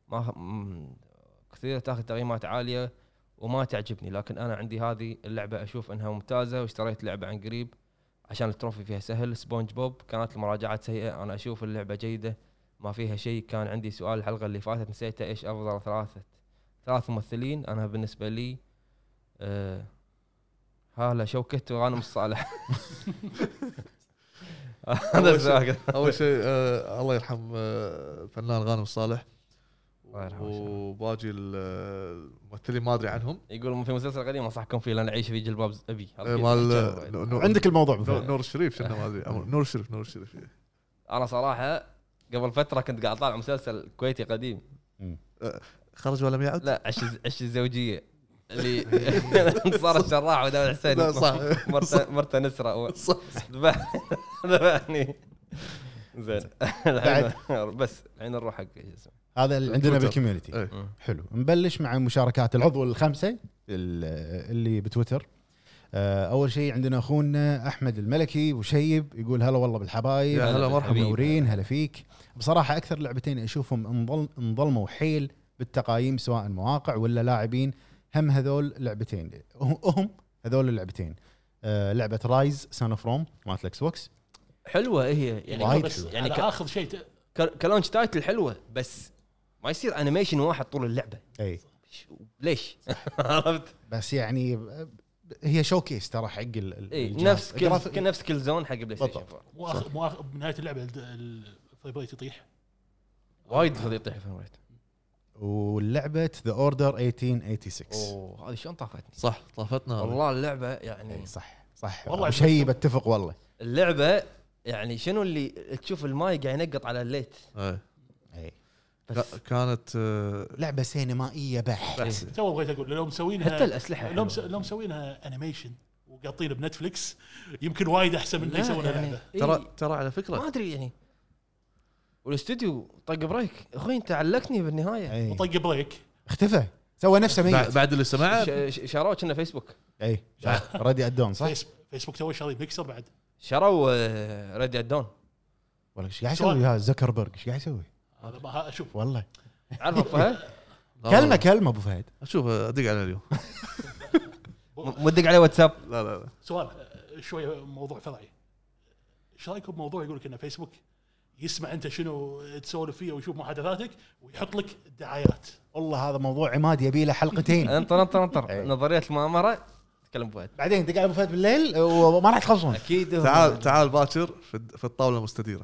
كثير تاخذ تقييمات عاليه وما تعجبني لكن انا عندي هذه اللعبه اشوف انها ممتازه واشتريت لعبه عن قريب عشان التروفي فيها سهل. سبونج بوب كانت المراجعات سيئه. انا اشوف اللعبه جيده ما فيها شيء. كان عندي سؤال الحلقه اللي فاتت نسيته ايش افضل ثلاث ممثلين. انا بالنسبه لي هاله شوكت وغانم الصالح. هذا السؤال. اول شيء الله يرحم الفنان غانم الصالح الله يرحمه. وباقي الممثلين ما ادري عنهم. يقول في مسلسل قديم انصحكم فيه لان اعيش في جلباب ابي. مال عندك الموضوع نور الشريف شنو ما ادري نور الشريف. انا صراحه قبل فتره كنت قاعد اطالع مسلسل كويتي قديم. خرج ولا يعود؟ لا عش الزوجيه اللي صار الشراح وداود حسين. لا صح. مرته نسرة ذبحني. زين بس الحين نروح حق هذا اللي عندنا تويتر. بالكوميونتي. إيه. حلو نبلش مع مشاركات العضو الخمسه اللي بتويتر. اول شيء عندنا اخونا احمد الملكي وشيب يقول هلا والله بالحبايب. يا هلا مرحبا. منورين هلا فيك. بصراحه اكثر لعبتين اشوفهم انظلموا حيل بالتقايم سواء مواقع ولا لاعبين هم هذول لعبتين هذول اللعبتين. لعبه رايز سان اوف روم مالت الاكس بوكس حلوه هي يعني وايد بس حلو. يعني يعني اخذ شيء كلونش تايتل حلوه بس ما يصير انيميشن واحد طول اللعبه. اي ليش؟ عرفت بس يعني هي شوكيس ترى حق نفس كل زون حق بلاي ستيشن 4. مو بنهايه اللعبه الفريم ريت يطيح وايد يطيح في الريت. واللعبه ذا اوردر 1886. اوه هذه شلون طافتني صح طافتنا والله اللعبه يعني صح والله شيء بتفق والله. اللعبه يعني شنو اللي تشوف الماي قاعد ينقط على الليت. اي بس كانت لعبه سينمائيه بحت. تو بغيت اقول لو مسوينها حتى الاسلحه لو مسوينها انيميشن وقاطين بنتفليكس يمكن وايد احسن من يسوونها يعني لعبه. ترى على فكره ما ادري يعني والاستوديو طق بريك اخوي انت علقتني بالنهايه. وطق بريك اختفى سوى نفسه ميت. بعد اللي سمعه شروه كنا فيسبوك. اي ردي ادون صح. فيسبوك تو شاري ميكسر بعد شروا ريدي ادون. ولا ايش قاعد يسوي هذا زكربرج ايش قاعد يسوي؟ هذا ما اشوف والله عارف أبو فهد كلمه ابو فهد. اشوف ادق عليه اليوم. مدق عليه واتساب. لا سؤال شويه موضوع فرعي. ايش رايكم بموضوع يقول لك ان فيسبوك يسمع انت شنو تسولف فيه ويشوف محادثاتك ويحط لك دعايات؟ والله هذا موضوع عماد يبي له حلقتين. انطر إيه. نظريه المؤامره تكلم فهد بعدين تقعد ابو فهد بالليل وما راح تخلصون. اكيد. تعال باكر في الطاوله المستديره.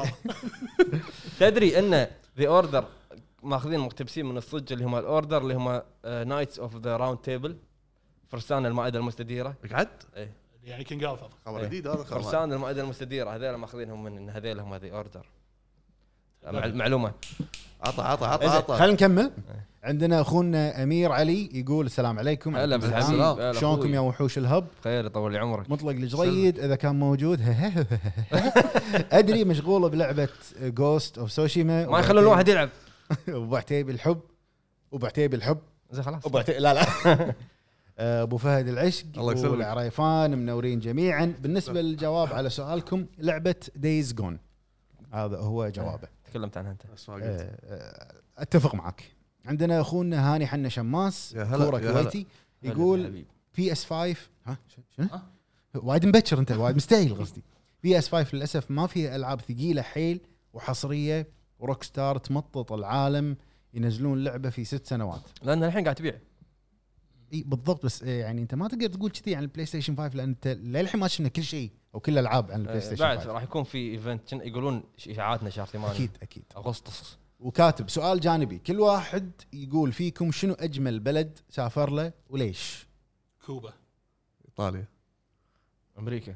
تدري ان ذا اوردر ماخذين مقتبسين من الصج اللي هم الاوردر اللي هم نايتس اوف ذا راوند تيبل، فرسان المائده المستديره. قعد يعني كينج ارثر خبر جديد هذا. فرسان المائده المستديره هذول ماخذينهم من هذول هم ذا اوردر. معلومه. عطى خلينا نكمل. عندنا اخونا امير علي يقول السلام عليكم. هلا بالحبيب. هلا شلونكم أخوي. يا وحوش الهب؟ خير يطول لي عمرك. مطلق الجريد اذا كان موجود. ادري مشغوله بلعبه جوست اوف سوشيما ما يخلون الواحد يلعب. ابو عتيبي الحب زين خلاص. لا ابو فهد العشق الله يسلمك. والعريفان منورين جميعا. بالنسبه للجواب على سؤالكم لعبه دايز جون هذا هو جوابه. تكلمت عنها انت. اتفق معك. عندنا اخونا هاني حنا شماس يا هلا، كوره يا كويتي هلا يقول بالحبيب. بي اس 5 شنو وايد مبكر انت وايد مستعجل قصدي. بي اس 5 للاسف ما فيها العاب ثقيله حيل وحصريه وروك ستار تمطط العالم ينزلون لعبه في 6 سنوات. لان الحين قاعد تبيع. اي بالضبط. بس يعني انت ما تقدر تقول كذي عن البلاي ستيشن 5 لان انت للحين ما شفنا كل شيء او كل الالعاب عن البلاي ستيشن بعد 5. راح يكون في ايفنت يقولون اشاعاتنا شهر 8 اكيد اغسطس. وكاتب سؤال جانبي كل واحد يقول فيكم شنو اجمل بلد سافر له وليش؟ كوبا ايطاليا امريكا.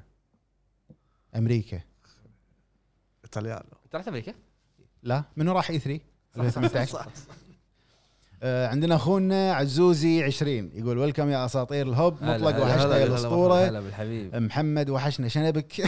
ايطاليانو. انت رحت امريكا؟ لا منو راح اي 3 2018. عندنا اخونا عزوزي 20 يقول ويلكم يا اساطير الهب. مطلق وحشنا يا الاسطوره. هلا بالحبيب. محمد وحشنا شنبك.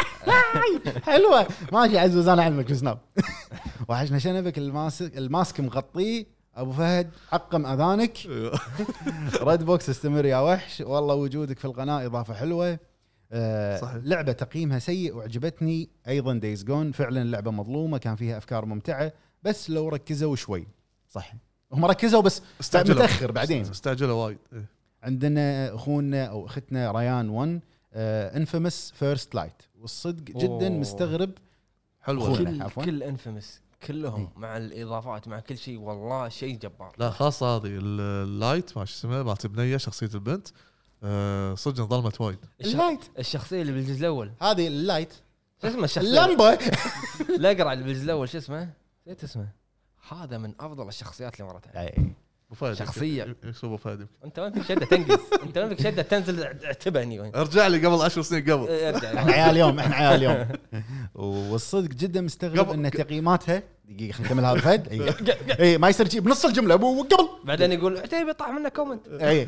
حلوه ماشي عزوز انا علمك سناب. وحشنا شنبك الماسك مغطيه. ابو فهد عقم اذانك. ريد بوكس استمر يا وحش والله وجودك في القناه اضافه حلوه. صحيح. لعبه تقييمها سيء وعجبتني ايضا دايز جون. فعلا لعبه مظلومه كان فيها افكار ممتعه بس لو ركزوا شوي. صح هم ركزوا بس متاخر بعدين استعجلوا وايد. عندنا اخونا او اختنا ريان 1 انفيمس فيرست لايت والصدق جدا مستغرب. حلوه كل انفيمس كلهم مع الاضافات مع كل شيء والله شيء جبار. لا خاصه هذه اللايت ما اسمها مالت بنيه شخصيه البنت صدق ظلمت وايد. اللايت الشخصيه اللي بالجزء الاول هذه اللايت شو اسمه الشخصيه اللمبه. لا اقرا اللي بالجزء الاول شو اسمه نسيت اسمه. هذا من افضل الشخصيات اللي مرت علي. ابو فهد شخصيه ابو فهد انت ما فيك شده تنقز. انت ما فيك شده تنزل اعتبني ارجع لي قبل 10 سنين قبل. ارجع احنا عيال اليوم والصدق جدا مستغرب ان تقييماتها دقيقه خلينا نكمل هذا فهد. اي ما يصير شيء بنص الجمله ابو قبل بعدين يقول عتيبي طاح منه كومنت. اي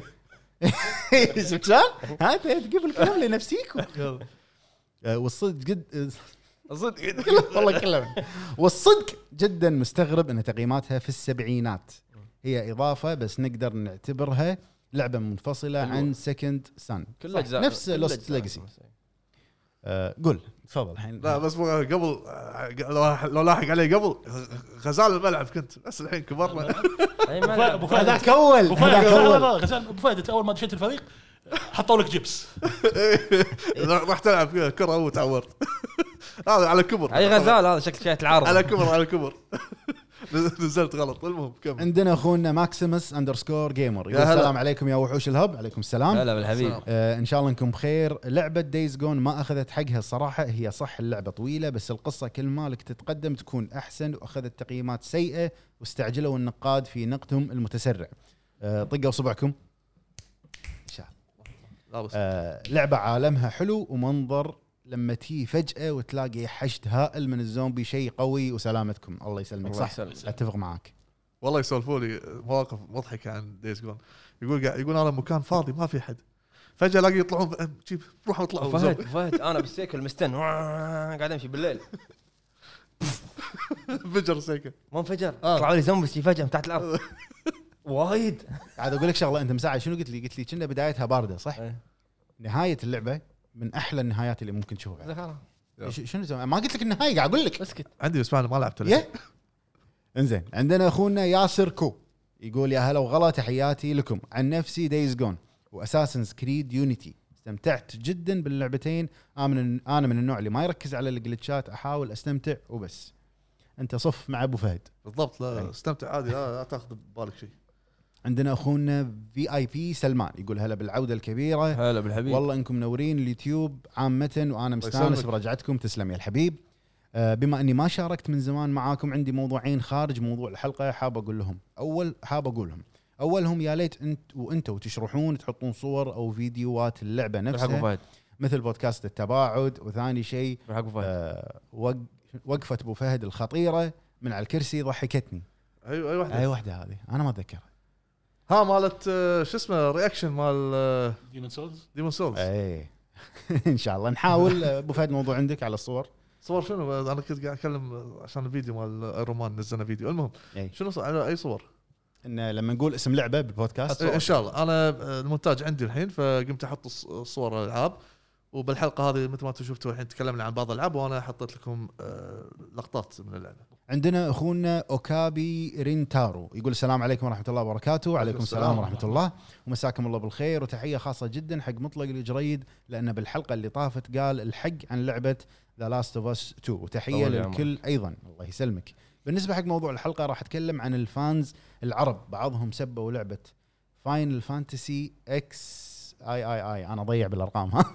شفت شلون؟ ها تقفل الكلام لنفسيك. والصدق جد صدق والله كلام. والصدق جدا مستغرب ان تقييماتها في السبعينات. هي اضافه بس نقدر نعتبرها لعبه منفصله عن سكند سان. كل اجزاء نفس لوست ليجاسي. قول تفضل الحين. لا بس قبل لو لاحق علي قبل غزال الملعب كنت بس الحين كبرنا. ابو فهد هذاك اول غزال ابو فهد اول ما دشيت الفريق حطوا لك جبس. راح تلعب كره وتعورت. هذا على كبر. اي غزال هذا شكل شيء العارض على كبر نزلت غلط. المهم كمل. عندنا اخونا ماكسيمس _ جيمر يقول السلام عليكم يا وحوش الهب. عليكم السلام. هلا بالحبيب. ان شاء الله انكم بخير. لعبه دايز جون ما اخذت حقها الصراحه. هي صح اللعبه طويله بس القصه كل مالك تتقدم تكون احسن واخذت تقييمات سيئه واستعجلوا النقاد في نقدهم المتسرع. طقوا صبعكم ان شاء الله. لعبه عالمها حلو ومنظر لما تي فجأة وتلاقي حشد هائل من الزومبي شيء قوي وسلامتكم. الله يسلمك. صح اتفق معك والله. يسولفوا لي مواقف مضحكه عن دايز جون. يقول انا مكان فاضي ما في حد فجأة الاقي يطلعون جيب روحوا اطلعوا. فهد انا بالسيكل مستن قاعد امشي بالليل فجر سيكل ما انفجر طلعوا لي زومبي فجأة من تحت الارض. وايد قاعد اقول لك شغله. انت مساعد شنو قلت لي كنا بدايتها بارده صح. نهايه اللعبه من احلى النهايات اللي ممكن تشوفها. شنو ما قلت لك النهايه قاعد اقول لك اسكت. عندي بس ما لعبت انزين عندنا اخونا ياسر كو يقول يا هلا وغلا، تحياتي لكم. عن نفسي دايز جون واساسنز كريد يونيتي استمتعت جدا باللعبتين. انا من النوع اللي ما يركز على الجلتشات، احاول استمتع وبس. انت صف مع ابو فهد بالضبط. لا استمتع عادي، لا تاخذ ببالك شيء. عندنا اخونا VIP سلمان يقول هلا بالعوده الكبيره، هلا بالحبيب. والله انكم منورين اليوتيوب عامه وانا مستانس يسلمك. برجعتكم. تسلم يا الحبيب. بما اني ما شاركت من زمان معاكم، عندي موضوعين خارج موضوع الحلقه حاب اقولهم. اولهم يا ليت انتوا تشرحون تحطون صور او فيديوهات اللعبه حق نفسها فهد. مثل بودكاست التباعد. وثاني شيء حق فهد. وقفه ابو فهد الخطيره من على الكرسي ضحكتني. ايوه اي واحده. اي واحده هذه انا ما اتذكرها. ها مالت شو اسمه رياكشن مال ديمون سولز. اي ان شاء الله نحاول. ابو فهد موضوع عندك على الصور؟ صور شنو؟ انا كنت قاعد اتكلم عشان الفيديو مال ايرون مان، نزلنا فيديو. المهم أي. شنو على اي صور؟ ان لما نقول اسم لعبه بالبودكاست ان شاء الله. انا المونتاج عندي الحين، فقمت احط صور الالعاب، وبالحلقه هذه مثل ما انتم شفتوا الحين تكلمنا عن بعض الالعاب، وانا حطيت لكم لقطات من اللعبه. عندنا اخونا اوكابي رينتارو يقول السلام عليكم ورحمه الله وبركاته. وعليكم السلام ورحمه الله ومساكم الله بالخير. وتحيه خاصه جدا حق مطلق الجريد، لانه بالحلقه اللي طافت قال الحق عن لعبه ذا لاست اوف اس 2. وتحيه للكل ايضا. الله يسلمك. بالنسبه حق موضوع الحلقه راح اتكلم عن الفانز العرب، بعضهم سبوا لعبه فاينل فانتسي اكس اي انا ضيع بالارقام ها.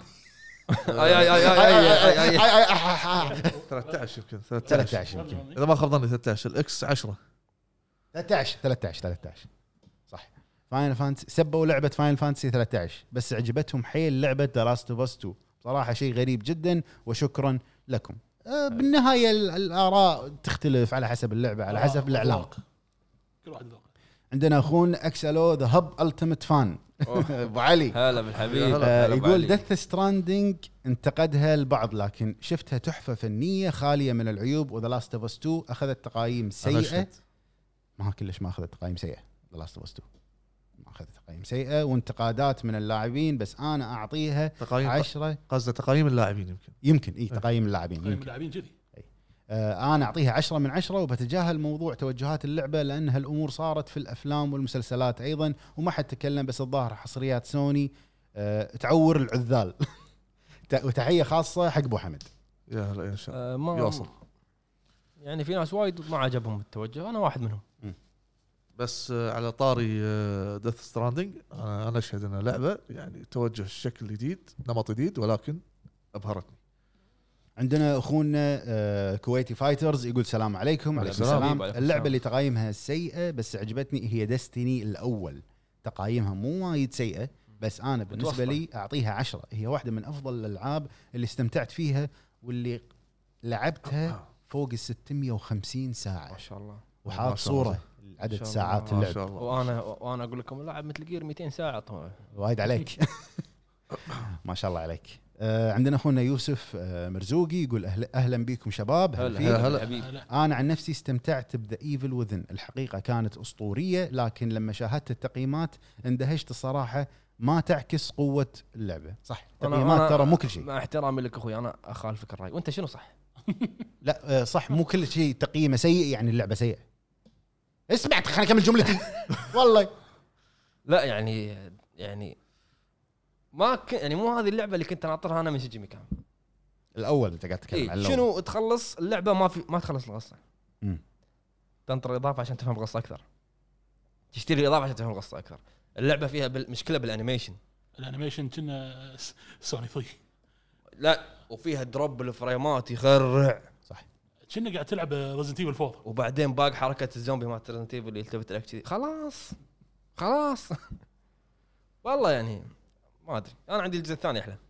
اي 13 يمكن 13 يمكن اذا ما خاب ظني 13 الاكس 10 13 صح. فاينل فانتسي سبوا لعبه فاينل فانتسي 13 بس عجبتهم حيل لعبه ذا لاست اوف اس 2. صراحه شيء غريب جدا وشكرا لكم. بالنهايه الاراء تختلف على حسب اللعبه، على حسب الاعلام. كل واحد ذوق. عندنا اخونا اكسلو ذا هب التيمت فان ابو علي هلا بالحبيب. يقول ديث ستراندينج انتقدها البعض لكن شفتها تحفه فنيه خاليه من العيوب. وذا لاست اوف اس 2 اخذت تقييم سيئه. ما كلش ما اخذت تقييم سيئه. ذا لاست اوف اس 2 ما اخذت تقييم سيئه وانتقادات من اللاعبين، بس انا اعطيها تقييم 10. قصده تقييم اللاعبين يمكن تقييم اللاعبين تقييم اللاعبين كذي. انا اعطيها 10 من 10 وبتجاهل موضوع توجهات اللعبه لان هالامور صارت في الافلام والمسلسلات ايضا وما حد تكلم، بس الظاهر حصريات سوني تعور العذال. وتحيه خاصه حق ابو حمد. يا هلا ان شاء الله ما يوصل. يعني في ناس وايد ما عجبهم التوجه، انا واحد منهم. بس على طاري ديث ستراندينج انا اشهد انها لعبه يعني توجه شكل جديد، نمط جديد، ولكن ابهرتني. عندنا اخونا كويتي فايترز يقول السلام عليكم. وعليكم السلام. اللعبه اللي تقايمها سيئه بس عجبتني هي ديستني الاول. تقايمها مو وايد سيئه بس انا بالنسبه لي اعطيها 10. هي واحده من افضل الالعاب اللي استمتعت فيها واللي لعبتها فوق 650 ساعه ما شاء الله. وحاط صوره عدد ساعات اللعب. وانا اقول لكم لاعب مثل جير 200 ساعه طبعا. وايد عليك. ما شاء الله عليك. عندنا اخونا يوسف مرزوقي يقول اهلا بكم شباب. هلا حبيبي. انا عن نفسي استمتعت بذا ايفل وذن. الحقيقه كانت اسطوريه لكن لما شاهدت التقييمات اندهشت الصراحه. ما تعكس قوه اللعبه. صح التقييمات ترى مو كل شيء. مع احترامي لك اخوي انا اخالفك الراي. وانت شنو صح؟ لا صح مو كل شيء تقييمه سيء يعني اللعبه سيئه. اسمعت خليني اكمل جملتي. والله لا يعني ما يعني مو هذه اللعبه اللي كنت ناطرها انا من شجمي كان الاول. انت قاعد تتكلم عن الأول. شنو تخلص اللعبه ما تخلص القصه. تنطر اضافه عشان تفهم القصه اكثر، تشتري اضافه عشان تفهم القصه اكثر. اللعبه فيها مشكله بالانيميشن. الانيميشن كنا سوني 3 لا وفيها دروب الفريمات يخرع. صح كنا قاعد تلعب ريزنت ايفل 4 وبعدين باق حركه الزومبي مال ريزنت ايفل اللي يلتفت لك كذي خلاص والله يعني ما ادري. انا عندي الجزء الثاني احلى.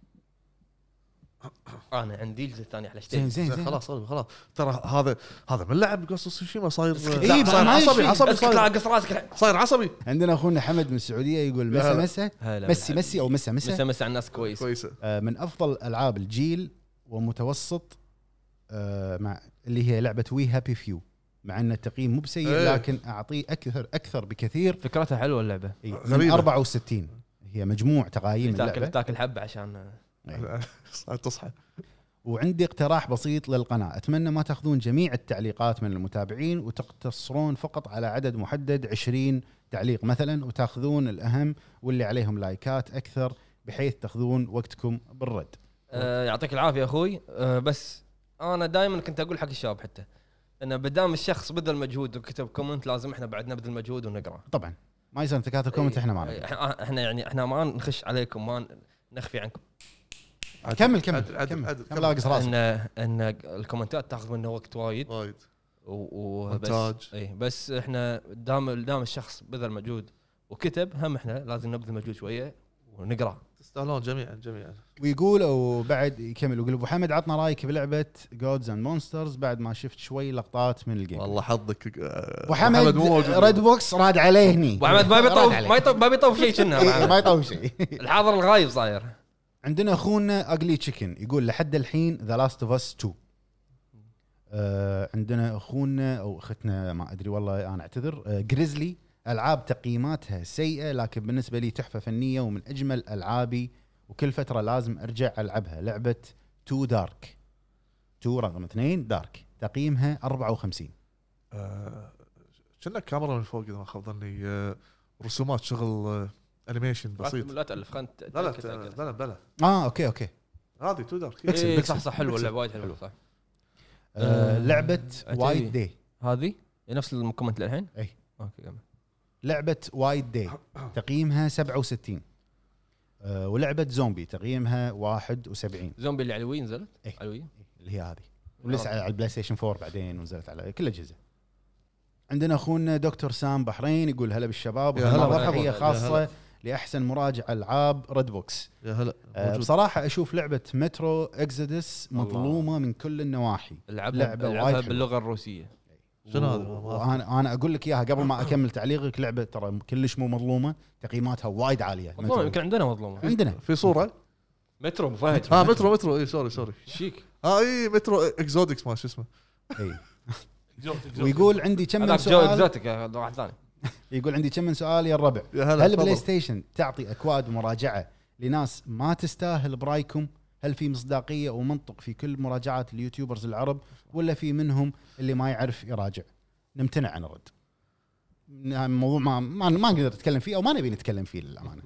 زين خلاص ترى هذا من لعب قصص سوشيما صاير صاير عصبي قص راسك صاير عصبي. عندنا اخونا حمد من السعوديه يقول مسي او مسا على الناس كويسه. من افضل العاب الجيل ومتوسط مع اللي هي لعبه وي هابي فيو. مع ان التقييم مو بسيء لكن اعطيه اكثر بكثير. فكرتها حلوه اللعبه. من 64 هي مجموع تقايم اللعبه. تاكل حبه عشان تصحى. وعندي اقتراح بسيط للقناه، اتمنى ما تاخذون جميع التعليقات من المتابعين وتقتصرون فقط على عدد محدد 20 تعليق مثلا، وتاخذون الاهم واللي عليهم لايكات اكثر بحيث تاخذون وقتكم بالرد. يعطيك العافيه اخوي. بس انا دائما كنت اقول حق الشباب حتى انه بدام الشخص بذل مجهود وكتب كومنت لازم احنا بعد نبذل مجهود ونقرا. طبعا ما يصير تكاتب كومنت، احنا ما نقدر. احنا يعني احنا ما نخش عليكم، ما نخفي عنكم. كمل لا اقص راسك. ان الكومنتات تاخذ منه وقت وايد وبس. بس احنا دام الشخص بذل مجهود وكتب، هم احنا لازم نبذل مجهود شويه ونقرا. تستاهلون جميعا. ويقول وبعد يكمل يقول ابو حمد عطنا رايك بلعبه جودز اند مونسترز بعد ما شفت شوي لقطات من الجيم. والله حظك ابو حمد ريد بوكس راد عليه هني. ابو حمد ما بيطوف شيء كنا ما يطوف شيء. الحاضر الغايب صاير. عندنا اخونا اجلي تشيكن يقول لحد الحين ذا لاست اوف اس 2. عندنا اخونا او اختنا ما ادري والله انا اعتذر، جريزلي العاب تقييماتها سيئه لكن بالنسبه لي تحفه فنيه ومن اجمل العابي وكل فتره لازم ارجع العبها. لعبه 2 دارك 2 رقم 2 دارك تقييمها 54. كنا كاميرا من فوق اذا ما خاب ظني، رسومات شغل انيميشن بسيط. لا تالف خنت. لا اوكي هذه 2 دارك. إيه صح حلوه اللعبه وايد حلوه صح. لعبه وايد داي هذه نفس الكومنت للحين. اي اوكي كمل. لعبه وايد داي تقييمها 67. ولعبه زومبي تقييمها 71. زومبي اللي علوي نزلت علوي اللي هي هذه ولسه على البلاي ستيشن 4 بعدين ونزلت على كل الاجهزه. عندنا اخونا دكتور سام بحرين يقول هلا بالشباب، تحيه خاصه لاحسن مراجع العاب ريد بوكس. يا هلا. بصراحه اشوف لعبه مترو اكزودس مظلومه من كل النواحي. لعبها باللغه الروسيه. شنو هذا؟ انا اقول لك اياها قبل ما اكمل تعليقك، لعبه ترى كلش مو مظلومه، تقييماتها وايد عاليه. مظلومه يمكن عندنا مظلومه. عندنا في صوره مترو فهد. مترو اي سوري شيك. اي مترو اكزودكس ما شو اسمه. اي ويقول عندي كم من سؤال. اكزوتيك واحد ثاني. يقول عندي كم من سؤال يا الربع. هل بلاي ستيشن تعطي اكواد مراجعه لناس ما تستاهل برايكم؟ هل في مصداقيه ومنطق في كل مراجعات اليوتيوبرز العرب ولا في منهم اللي ما يعرف يراجع؟ نمتنع عن الرد. الموضوع ما نقدر نتكلم فيه او ما نبي نتكلم فيه للامانه.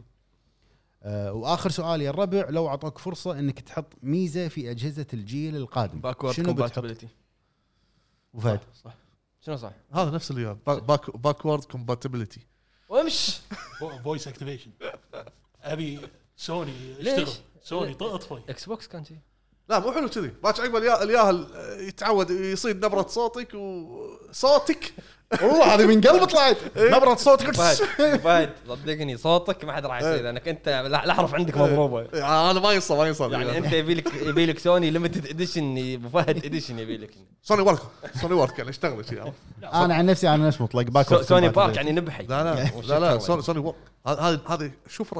واخر سؤال يا الربع، لو اعطوك فرصه انك تحط ميزه في اجهزه الجيل القادم شنو بتحط؟ وفهد صح شنو صح؟ هذا نفس اللي باكورد كومباتيبلتي وامش فويس اكتيفيشن. ابي سوني اشتغل سوني اطفي. اكس بوكس كان شيء لا مو حلو كذي. باك عقب الياهل يتعود يصيد نبره صوتك وصوتك. والله هذه من قلب طلعت نبره صوتك. فهد صدقني صوتك ما حد راح يصيد لانك انت الاحرف عندك مضروبه. انا ما يصل يعني انت يبي لك سوني ليميتد اديشن ابو فهد اديشن يبي لك سوني ورك يعني اشتغل شيء. انا عن نفسي انا نفس مطلق باك سوني بارك يعني نبحي. لا سوني ورك. هذه شفره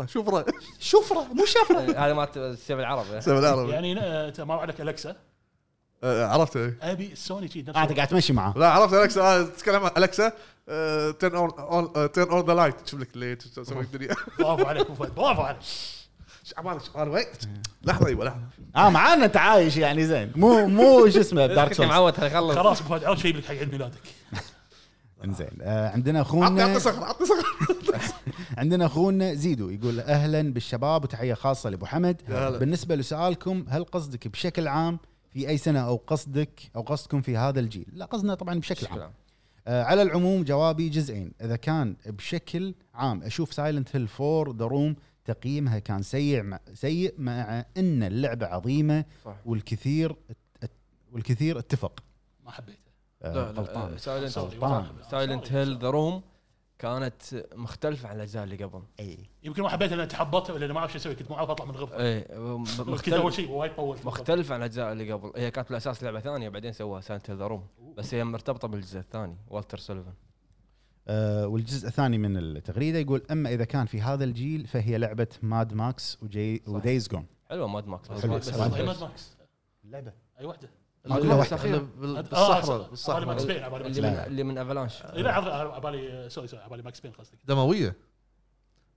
مو شفره. هذا مالت السيف العرب يعني انت ما عندك الكسا. عرفت ابي السوني شيء انت قاعد تمشي معاه. لا عرفت الكسا تتكلم الكسا تيرن اون ذا لايت تشوف لك اللي تسوي الدنيا. برافو عليك برافو عليك. شعبان وين لحظه لحظه معانا انت عايش يعني زين مو شو اسمه دارك سولز معود خلص خلاص فهد عاود شيء لك حق عيد ميلادك. انزين عندنا اخونا عطني صخر عندنا اخونا زيدو يقول اهلا بالشباب وتحيه خاصه لابو حمد. بالنسبه لسؤالكم هل قصدك بشكل عام في اي سنه او قصدكم في هذا الجيل؟ لا قصدنا طبعا بشكل عام. على العموم جوابي جزئين. اذا كان بشكل عام اشوف سايلنت هيل 4 ذا روم تقييمها كان سيء مع ان اللعبه عظيمه والكثير اتفق. ما حبيته. غلطان. سايلنت هيل ذا روم كانت مختلفه عن الاجزاء اللي قبل. يمكن ما حبيت ان تحبطت ولا ما اعرف شو اسوي كنت ما اعرف اطلع من الغرفه. كذا اول شيء وايد طولت. مختلفه عن الاجزاء اللي قبل. هي كانت بالاساس لعبه ثانيه بعدين سووها سايلنت هيل ذا روم بس هي مرتبطه بالجزء الثاني والتر سوليفان. والجزء الثاني من التغريده يقول اما اذا كان في هذا الجيل فهي لعبه ماد ماكس ودايز جون. حلوه ماد ماكس. ماد ماكس اللعبه اي واحده بالصحراء اللي من افلانش. لا عبالي سوري عبالي ماكس بين قصدك دمويه.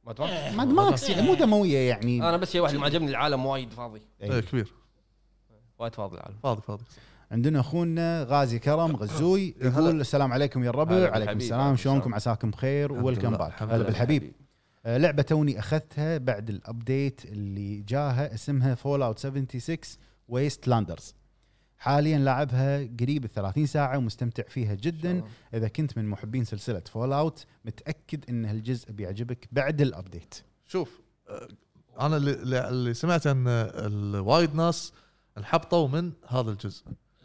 ماد ماكس يعني مو دمويه يعني. انا بس شيء واحد اللي معجبني العالم وايد فاضي كبير. وايد فاضي العالم. فاضي. عندنا اخونا غازي كرم غزوي يا هلا. يقول السلام عليكم يا هلا الربع. بالحبيب. عليكم السلام، عليكم شلونكم؟ السلام. عساكم بخير الحمد ويلكم لله. باك. الحمد هلا لله. بالحبيب. لعبه توني اخذتها بعد الابديت اللي جاها، اسمها فول اوت 76 ويست لاندرز. حاليا لعبها قريب ال 30 ساعه ومستمتع فيها جدا. اذا كنت من محبين سلسله فول اوت متاكد ان هالجزء بيعجبك بعد الابديت. شوف انا اللي سمعت ان الوايد ناس انحبطوا من هذا الجزء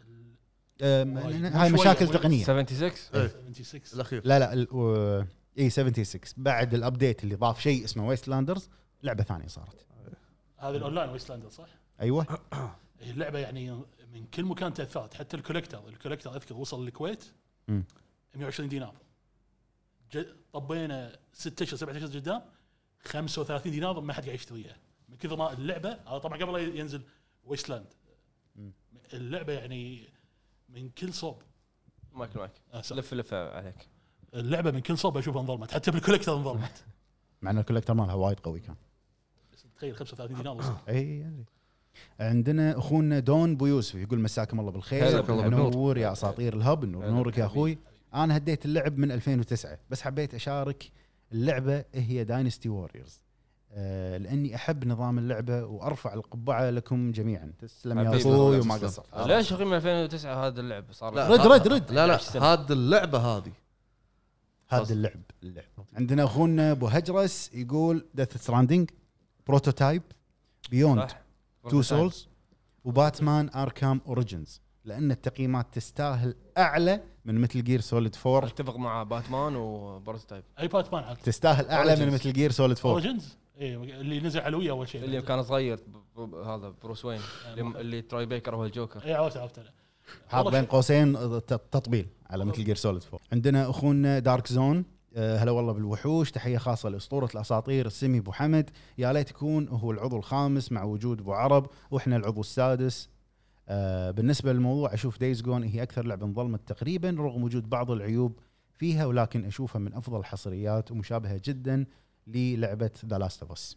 هاي مشاكل تقنيه. 76 76 الاخير. لا اي 76 بعد الابديت اللي ضاف شيء اسمه ويست لاندرز، لعبه ثانيه صارت. هذا الاونلاين ويستلاندر صح؟ ايوه اللعبه يعني من كل مكان تاثرت، حتى الكوليكتر اذكر وصل الكويت 120 دينار. طبينا 6 اشهر 7 اشهر قدام 35 دينار ما حد قاعد يشتريها من كثر ما اللعبه. طبعا قبل لا ينزل ويستلاند اللعبه يعني من كل صوب. مايك لف عليك. اللعبه من كل صوب اشوفها انظلمت، حتى بالكوليكتر انظلمت. مع ان الكوليكتر مالها وايد قوي كان. تخيل 35 دينار وصل. اي عندنا اخونا دون بو يوسف يقول مساكم الله بالخير. مساك الله بالنور. نور يا اساطير الهب. النور نورك يا اخوي. انا هديت اللعب من 2009 بس حبيت اشارك. اللعبه هي داينستي ووريرز لاني احب نظام اللعبه وارفع القبعه لكم جميعا. تسلم يا اخوي وما قصرت. ليش اخي من 2009 هذا اللعب صار؟ رد لا هذا اللعبه هذا اللعب. عندنا اخونا ابو هجرس يقول ديث ستراندينج بروتوتايب بيوند تو سولز وباتمان اركام اوريجينز، لان التقييمات تستاهل اعلى من مثل جير سوليد 4. اتفق مع باتمان وبروتوتايب. اي باتمان عاد تستاهل اعلى من Origins. مثل جير سوليد 4. اوريجنز اللي نزل علوية اول شيء اللي كان صغير هذا بروس وين اللي تراي بيكر هو الجوكر. اي عرفت انا. حاط بين قوسين تطبيل على مثل جير سوليد 4. عندنا اخونا دارك زون هلا والله بالوحوش. تحيه خاصه لاسطوره الاساطير السمي ابو حمد. يا ليت يكون هو العضو الخامس مع وجود ابو عرب واحنا العضو السادس. بالنسبه للموضوع اشوف دايز جون هي اكثر لعبه انظلمت تقريبا رغم وجود بعض العيوب فيها، ولكن اشوفها من افضل الحصريات ومشابهه جدا للعبه ذا لاست اوف اس.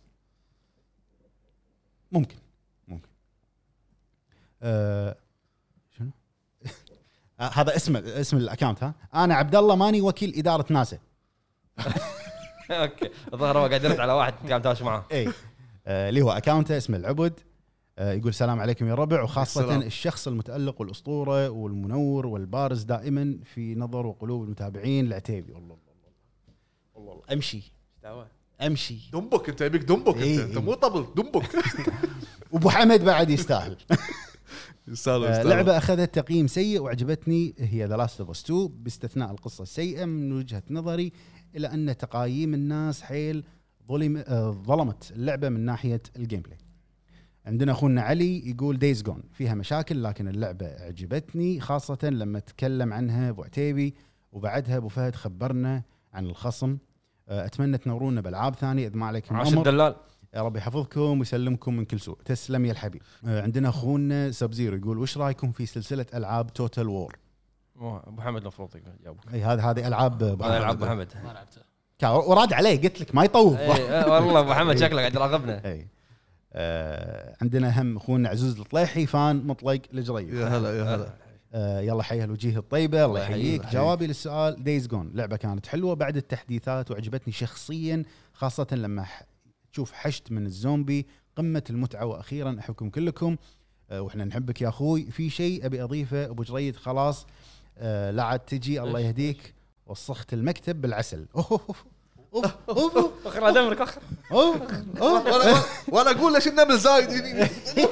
ممكن شنو هذا اسم الاكونت. ها انا عبد الله ماني وكيل اداره ناسا. اوكي الظاهر هو قاعد يرد على واحد قاعد تاش معاه. اي اللي هو اكونته اسمه العبد. يقول السلام عليكم يا ربع، وخاصة السلام. الشخص المتألق والأسطورة والمنور والبارز دائما في نظر وقلوب المتابعين العتيبي. والله امشي دمبك انت يبيك دمبك إيه. انت مو طبل دمبك. وابو حمد بعد يستاهل. يستاهل. لعبة اخذت تقييم سيء وعجبتني هي ذا لاست اوف اس 2 باستثناء القصة السيئة من وجهة نظري، إلى أن تقايم الناس حيل ظلمت اللعبة من ناحية الجيم بلاي. عندنا أخونا علي يقول دايز جون فيها مشاكل لكن اللعبة عجبتني، خاصة لما تكلم عنها أبو عتيبي وبعدها أبو فهد خبرنا عن الخصم. أتمنى تنورونا بألعاب ثانية إذا ما عليكم عاش أمر. الدلال. يا رب يحفظكم ويسلمكم من كل سوء. تسلم يا الحبيب. عندنا أخونا سبزيرو يقول وش رأيكم في سلسلة ألعاب توتال وور؟ ابو حمد المفروض يجاوب. أي هذه ألعاب هذا العاب ابو حمد. ما لعبته. وراد عليه قلت لك ما يطوف. والله ابو حمد شكله قاعد يراقبنا. اي عندنا هم اخونا عزوز الطليحي فان مطلق الجريف. يا هلا يلا حيها الوجيه الطيبه الله يحييك. يحييك. جوابي للسؤال دايز جون لعبه كانت حلوه بعد التحديثات وعجبتني شخصيا، خاصه لما تشوف حشد من الزومبي قمه المتعه. واخيرا احبكم كلكم واحنا نحبك يا اخوي. في شيء ابي اضيفه ابو جريد خلاص لا عاد تجي الله يهديك وسخت المكتب بالعسل. اخر دمرك اخر. وانا اقول ليش النمل زايد هني.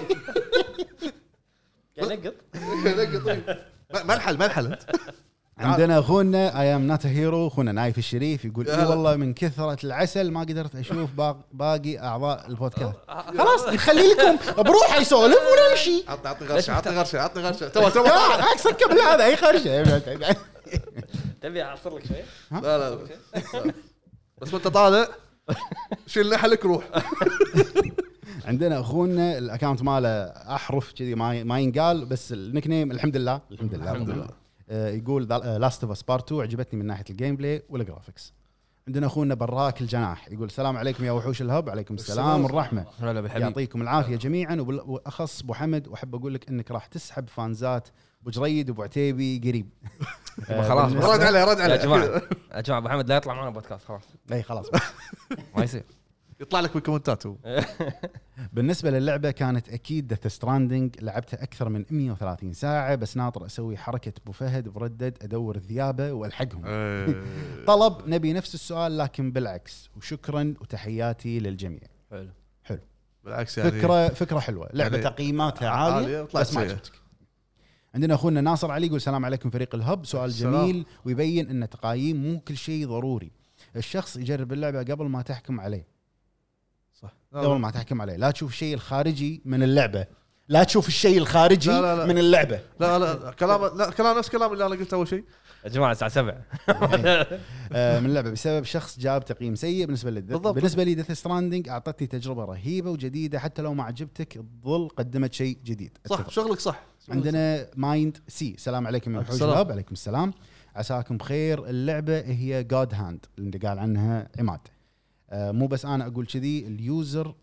ينقط. ما الحل انت. عندنا اخونا اي ام نوت هيرو اخونا نايف الشريف يقول اي والله من كثره العسل ما قدرت اشوف باقي اعضاء البودكاست. خلاص نخلي لكم بروحه يسولف ونمشي. عطني غرشه تو عكس الكبل هذا اي خرشه. تبي اعصر لك شوي؟ لا بس وانت طالع شيل نحلك روح. عندنا اخونا الاكونت ماله احرف كذي ما ينقال بس النيك نيم الحمد لله. الحمد لله. يقول لاست اوف اس بارت 2 عجبتني من ناحيه الجيم بلاي والجرافكس. عندنا اخونا براك الجناح يقول السلام عليكم يا وحوش الهب. عليكم السلام والرحمه. هلا بالحبيب. يعطيكم العافيه جميعا وبالاخص ابو حمد. واحب اقول لك انك راح تسحب فانزات ابو جريد وابو عتيبي قريب. خلاص رد عليه يا جماعه ابو حمد لا يطلع معنا بودكاست خلاص. اي خلاص ما يصير. يطلع لك بالكومنتات هو. بالنسبه للعبه كانت اكيد ديث ستراندنج. لعبتها اكثر من 130 ساعه بس ناطر اسوي حركه ابو فهد بردد ادور الذيابه والحقهم. طلب نبي نفس السؤال لكن بالعكس. وشكرا وتحياتي للجميع. حلو. بالعكس يعني فكره حلوه. لعبه يعني تقييماتها عاليه بس ما عجبتك. عندنا اخونا ناصر علي يقول السلام عليكم فريق الهب. سؤال جميل ويبين ان تقايم مو كل شيء ضروري. الشخص يجرب اللعبه قبل ما تحكم عليه. صح. قبل ما تحكم عليه لا تشوف الشيء الخارجي من اللعبه. لا تشوف الشيء الخارجي لا. من اللعبه. لا كلام نفس كلام اللي انا قلته اول شيء يا جماعه الساعه 7 من اللعبه بسبب شخص جاب تقييم سيء. بالنسبه لي ديث ستراندنج اعطتني تجربه رهيبه وجديده. حتى لو ما عجبتك تظل قدمت شيء جديد. صح شغلك صح. عندنا مايند سي السلام عليكم يا وحوش الهب. عليكم السلام عساكم بخير. اللعبه هي جاد هاند اللي قال عنها عماد. مو بس انا اقول كذي. اليوزر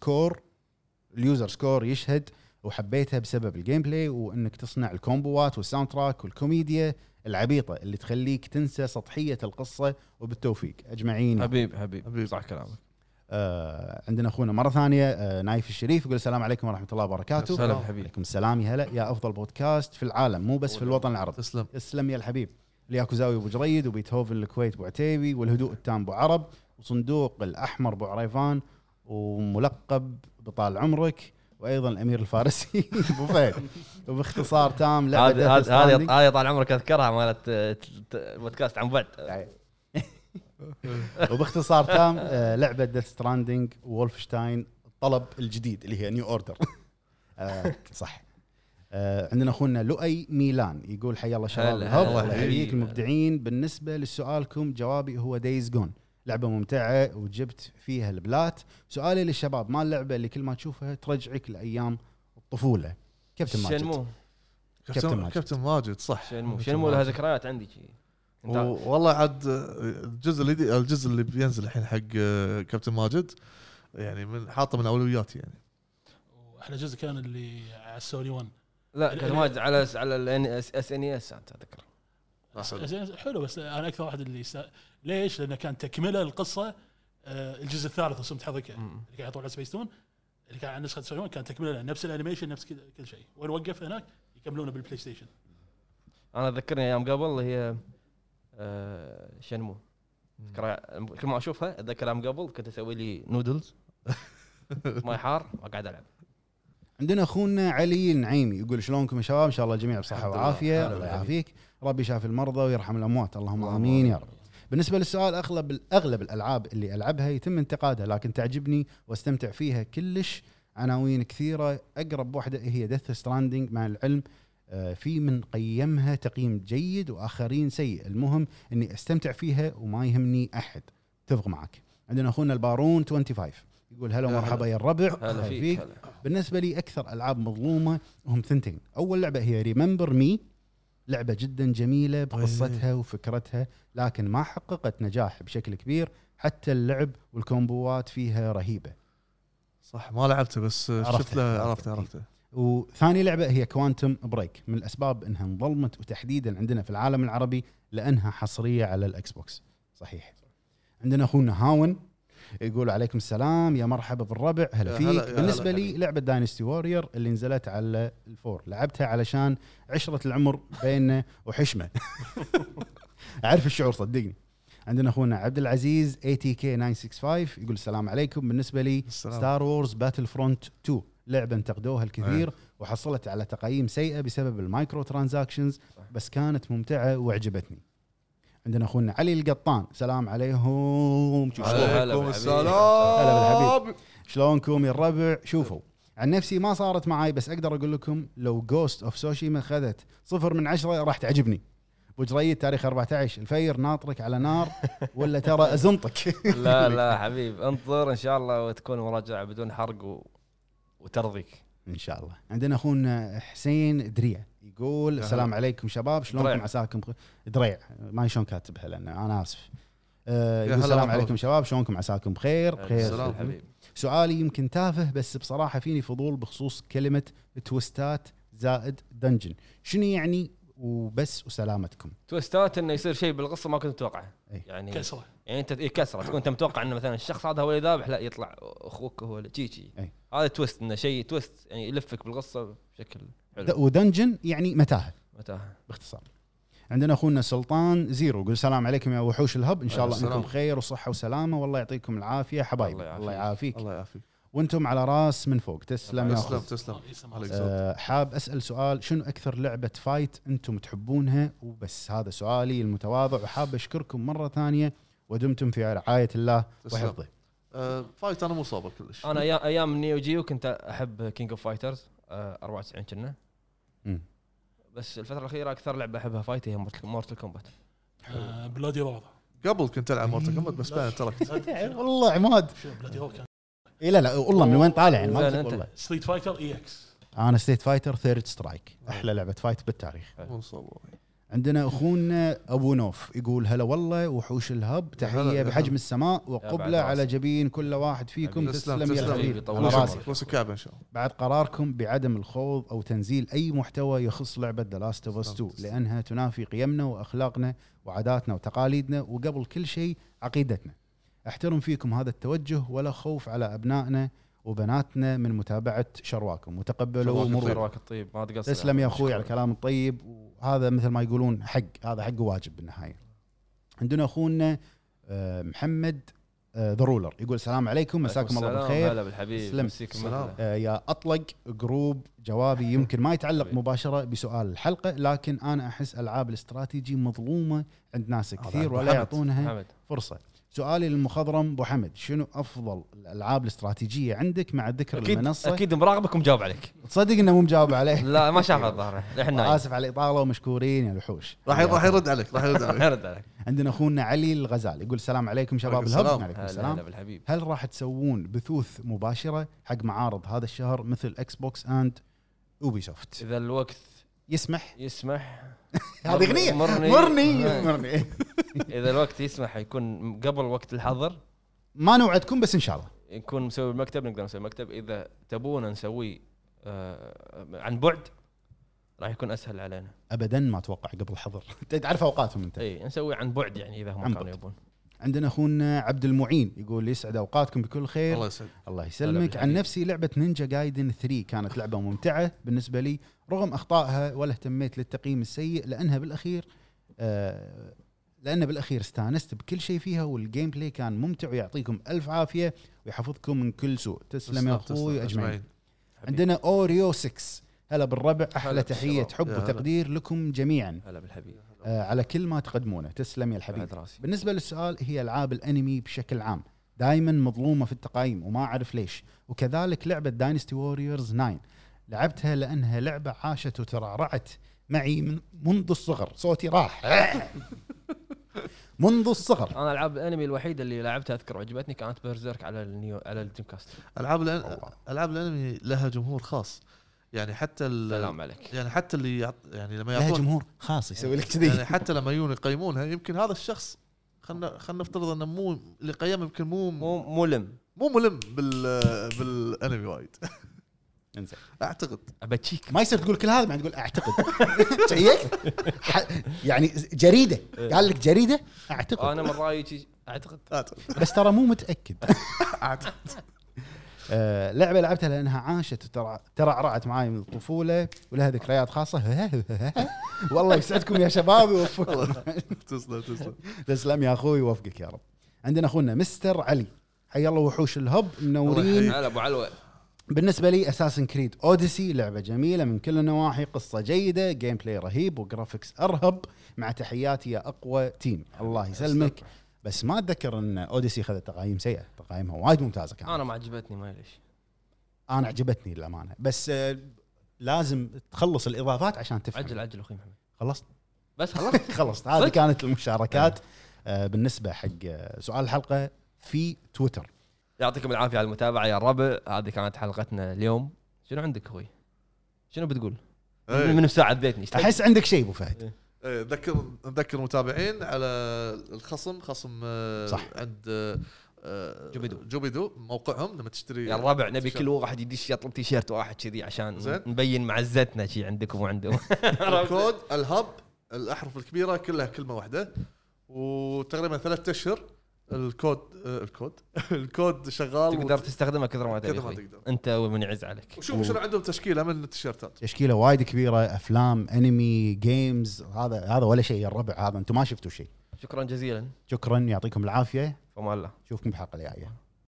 سكور يشهد. وحبيتها بسبب الجيم بلاي وانك تصنع الكومبوات والساوند تراك والكوميديا العبيطه اللي تخليك تنسى سطحيه القصه. وبالتوفيق اجمعين. حبيب صح كلامك. عندنا اخونا مره ثانيه نايف الشريف يقول السلام عليكم ورحمه الله وبركاته. السلام حبيبي. عليكم السلام يا هلا يا افضل بودكاست في العالم مو بس في الوطن العربي. تسلم يا الحبيب. لياكوزاوي ابو جريد وبيتهوفن الكويت ابو عتيبي والهدوء التام ابو عرب وصندوق الاحمر ابو عريفان وملقب بطال عمرك وايضا الامير الفارسي ابو فهد. وباختصار تام لعبه هذه طال عمرك اذكرها مالت البودكاست عن بعد. وباختصار تام لعبه ديث ستراندنج وولفشتاين الطلب الجديد اللي هي نيو اوردر. صح. عندنا اخونا لؤي ميلان يقول حيا الله شباب الهب. الله يحييك المبدعين. بالنسبه لسؤالكم جوابي هو دايز جون. لعبه ممتعه وجبت فيها البلات. سؤالي للشباب ما اللعبه اللي كل ما تشوفها ترجعك لايام الطفوله؟ كابتن ماجد. كابتن ماجد صح. شنمو لها ذكريات عندي شيء. والله عاد الجزء اللي بينزل الحين حق كابتن ماجد يعني من حاطه من اولوياتي يعني. واحلى جزء كان اللي على السوني 1. لا كان ماجد على اس ان اس انت اتذكر. حلو بس انا اكثر واحد اللي ليش؟ لانه كان تكمله القصه. الجزء الثالث رسمت حضرتك اللي قاعد يحطون على سبيس تون اللي كان على نسخه سوني 1 كان تكمله نفس الانيميشن نفس كل شيء. وين وقف هناك يكملونه بالبلاي ستيشن. انا اذكرني ايام قبل اللي هي شنمو. كل ما اشوفها اتذكر ايام قبل كنت اسوي لي نودلز ماي حار واقعد العب. عندنا اخونا علي النعيمي يقول شلونكم يا شباب؟ ان شاء الله الجميع بصحه وعافيه. الله يعافيك. ربي يشافي المرضى ويرحم الاموات. اللهم امين يا رب. بالنسبه للسؤال اغلب الالعاب اللي العبها يتم انتقادها لكن تعجبني واستمتع فيها كلش. عناوين كثيره اقرب واحده هي ديث ستراندنج مع العلم في من قيمها تقييم جيد واخرين سيء. المهم اني استمتع فيها وما يهمني احد. اتفق معك. عندنا اخونا البارون 25 يقول هلا ومرحبا يا الربع. هلا فيك. بالنسبه لي اكثر العاب مظلومه هم ثنتين. اول لعبه هي ريممبر مي. لعبه جدا جميله بقصتها وفكرتها لكن ما حققت نجاح بشكل كبير. حتى اللعب والكومبوات فيها رهيبه. صح ما لعبته بس شفت له عرفته. وثاني لعبه هي كوانتم بريك. من الاسباب انها انظلمت وتحديدا عندنا في العالم العربي لانها حصريه على الاكس بوكس. صحيح. عندنا اخونا هاون يقول عليكم السلام يا مرحبا بالربع. هلا فيك. بالنسبه لي لعبه داينستي وورير اللي نزلت على الفور لعبتها علشان عشره العمر بيننا وحشمه. اعرف الشعور صدقني. عندنا اخونا عبد العزيز ATK 965 يقول السلام عليكم. بالنسبه لي ستار وورز باتل فرونت 2 لعبه انتقدوها الكثير وحصلت على تقييم سيئه بسبب المايكرو ترانزاكشنز بس كانت ممتعه وعجبتني. عندنا اخونا علي القطان سلام عليهم. عليكم السلام. هلا بالحبيب. شلونكم يا الربع؟ شوفوا عن نفسي ما صارت معي بس اقدر اقول لكم لو جوست اوف سوشيما خذت 0 من 10 راح تعجبني. وجريد تاريخ 14 الفير ناطرك على نار ولا ترى ازنطك. لا حبيب انطر ان شاء الله وتكون مراجعه بدون حرق وترضيك ان شاء الله. عندنا اخونا حسين دريع يقول السلام عليكم شباب شلونكم عساكم دريع ما شلون كاتبها لان انا اسف. يا يقول هلا السلام مرحبا. عليكم شباب، شلونكم؟ عساكم بخير. بخير السلام. حبيبي. سؤالي يمكن تافه بس بصراحه فيني فضول بخصوص كلمه تويستات زائد دنجن، شنو يعني وبس وسلامتكم. تويستات انه يصير شيء بالقصه ما كنت متوقعه. أي. يعني كسره. يعني انت كسره تكون انت متوقع انه مثلا الشخص هذا هو اللي ذابح، لا يطلع اخوك هو اللي تشي. أي. هذا تويست، انه شيء تويست يعني يلفك بالقصه بشكل حلو. ودنجن يعني متاهه متاهه. باختصار. عندنا اخونا سلطان زيرو يقول السلام عليكم يا وحوش الهب، ان شاء الله السلام. انكم بخير وصحه وسلامه، والله يعطيكم العافيه حبايبي. الله الله يعافيك. يعافيك الله يعافيك. وانتم على راس من فوق. تسلم يا تسلم اخو. تسلم. يسلم عليك عليك. زود. حاب اسال سؤال، شنو اكثر لعبه فايت انتم تحبونها وبس؟ هذا سؤالي المتواضع، وحاب اشكركم مره ثانيه ودمتم في رعايه الله تسلم. وحفظه. فايت انا مو صابر كلش. انا ايام نيو جيو كنت احب كينج اوف فايترز 94 كنا. مم. بس الفتره الاخيره اكثر لعبه احبها فايت هي مورتل كومبات. بلادي رور. قبل كنت العب مورتال كومبات بس بعدين تركت. والله عماد شو بلادي رور كان اي لا والله من وين طالع يعني ما زين أدري أنت. والله. ستريت فايتر اي اكس. انا ستيت فايتر ثيرد سترايك، احلى لعبه فايت بالتاريخ. مو صابر. عندنا اخونا ابو نوف يقول هلا والله وحوش الهب، هلا تحيه يا بحجم هلا. السماء بعد وقبله راسك. على جبين كل واحد فيكم. حبيبي. تسلم تسلم يا تسلم. الحبيب طول على عمرك. راسي. بوس الكعبه ان شاء الله. بعد قراركم بعدم الخوض او تنزيل اي محتوى يخص لعبه ذا لاست اوف اس 2 لانها تنافي قيمنا واخلاقنا وعاداتنا وتقاليدنا وقبل كل شيء عقيدتنا. احترم فيكم هذا التوجه ولا خوف على ابنائنا وبناتنا من متابعه شرواكم وتقبلوا شرواك مرور. شرواك الطيب ما تقصر. تسلم يا اخوي على الكلام الطيب، وهذا مثل ما يقولون حق، هذا حق واجب بالنهايه. عندنا اخونا محمد ذا رولر يقول السلام عليكم، مساكم الله بالخير. هلا بالحبيب. تسلم. مسيكم سلام. مثله. يا اطلق جروب، جوابي يمكن ما يتعلق حبيبي. مباشره بسؤال الحلقه، لكن انا احس العاب الاستراتيجي مظلومه عند ناس كثير أبو ولا حمد. يعطونها محمد فرصه. سؤالي للمخضرم ابو حمد، شنو افضل الالعاب الاستراتيجيه عندك مع ذكر اكيد المنصه؟ اكيد مراقبك ومجاوب عليك. تصدق انه مو مجاوب عليه. لا ما شاف الظاهر احنا اسف على الاطاله ومشكورين يا الوحوش. راح يرد عليك راح يرد عليك. نرد عليك. عندنا اخونا علي الغزال يقول السلام عليكم شباب عليكم الهب. السلام. عليكم هلا السلام. هلا بالحبيب. هل راح تسوون بثوث مباشره حق معارض هذا الشهر مثل اكس بوكس اند اوبي سوفت؟ اذا الوقت يسمح. هذه اغنيه مرني. اذا الوقت يسمح يكون قبل وقت الحظر ما نوعدكم بس ان شاء الله. نكون مسوي المكتب، نقدر نسوي مكتب. اذا تبونا نسويه عن بعد راح يكون اسهل علينا. ابدا ما اتوقع قبل الحظر. تعرف اوقاتهم انت. اي نسوي عن بعد يعني اذا هم عن كانوا بعد. يبون. عندنا اخونا عبد المعين يقول يسعد اوقاتكم بكل خير. الله يسعدك. الله هلا يسلمك. بالحبيب. عن نفسي لعبه نينجا جايدن 3 كانت لعبه ممتعه بالنسبه لي رغم اخطائها، ولا اهتميت للتقييم السيء لان بالاخير استانست بكل شيء فيها، والجيم بلاي كان ممتع. ويعطيكم الف عافيه ويحفظكم من كل سوء. تسلم يا اخوي اجمعين. عندنا اوريو 6 هلا بالربع، احلى هلا تحيه بالشباب. حب يا هلا. وتقدير لكم جميعا هلا بالحبيب. على كل ما تقدمونه. تسلم يا الحبيب. بعد راسي. بالنسبه للسؤال، هي العاب الانمي بشكل عام دائما مظلومه في التقييم وما اعرف ليش، وكذلك لعبه داينستي ووريرز 9 لعبتها لانها لعبه عاشت وترعرعت معي منذ الصغر. صوتي راح. منذ الصغر. انا العاب الانمي الوحيده اللي لعبتها اذكر وعجبتني كانت بيرزيرك على الدريم كاست. العاب الانمي لها جمهور خاص، يعني حتى سلام عليك. يعني حتى اللي يعني لما لها يعطون جمهور خاص يسوي لك كذي. يعني حتى لما يجون يقيمونها يمكن هذا الشخص خلنا نفترض انه مو اللي قيمه يمكن مو ملم. مو ملم بالانمي وايد. انزين اعتقد ابتشيك. ما يصير تقول كل هذا بعدين تقول اعتقد. شيك يعني جريده قال لك جريده اعتقد. انا من رايي اعتقد. بس ترى مو متاكد. اعتقد لعبه لعبتها لانها عاشت وترعرعت معي من الطفوله ولها ذكريات خاصه. والله يسعدكم يا شباب ويوفقكم. تسلم تسلم يا اخوي ووفقك يا رب. عندنا اخونا مستر علي، حي الله وحوش الهب منورين. هلا ابو علوه. بالنسبه لي اساسن كريد اوديسي لعبه جميله من كل النواحي، قصه جيده، جيم بلاي رهيب، وجرافيكس ارهب. مع تحياتي يا اقوى تيم. الله يسلمك. بس ما اتذكر ان اوديسي اخذت تقييم سيئه، تقييمها وايد ممتازه كانت. انا ما عجبتني ما ليش. انا عجبتني للامانه، بس لازم تخلص الاضافات عشان تفهم. عجل اخوي محمد. خلصت بس خلصت. خلصت. هذه كانت المشاركات بالنسبه حق سؤال الحلقه في تويتر. يعطيكم العافيه على المتابعه يا الربع. هذه كانت حلقتنا اليوم. شنو عندك اخوي؟ شنو بتقول؟ من ساعد بيتني احس عندك شيء ابو فهد. نذكر المتابعين على الخصم خصم صح. عند جوبيدو. جوبيدو موقعهم لما تشتري يا الربع نبي كل واحد يدش يطلب تيشيرت واحد كذي عشان زين. نبين معزتنا شي عندكم وعندهم. الكود الهب الاحرف الكبيره كلها كلمه واحده، وتقريبا 3 اشهر الكود شغال تقدر تستخدمه كثر ما كثر تبي ما أخوي. تقدر. انت ومن يعز عليك. وشوف شنو عندهم تشكيله من التيشيرتات. تشكيله وايد كبيره، افلام، انمي، جيمز، هذا ولا شيء يا الربع، هذا انتم ما شفتوا شيء. شكرا جزيلا. شكرا، يعطيكم العافيه، فما الله. نشوفكم بالحلقه الجايه.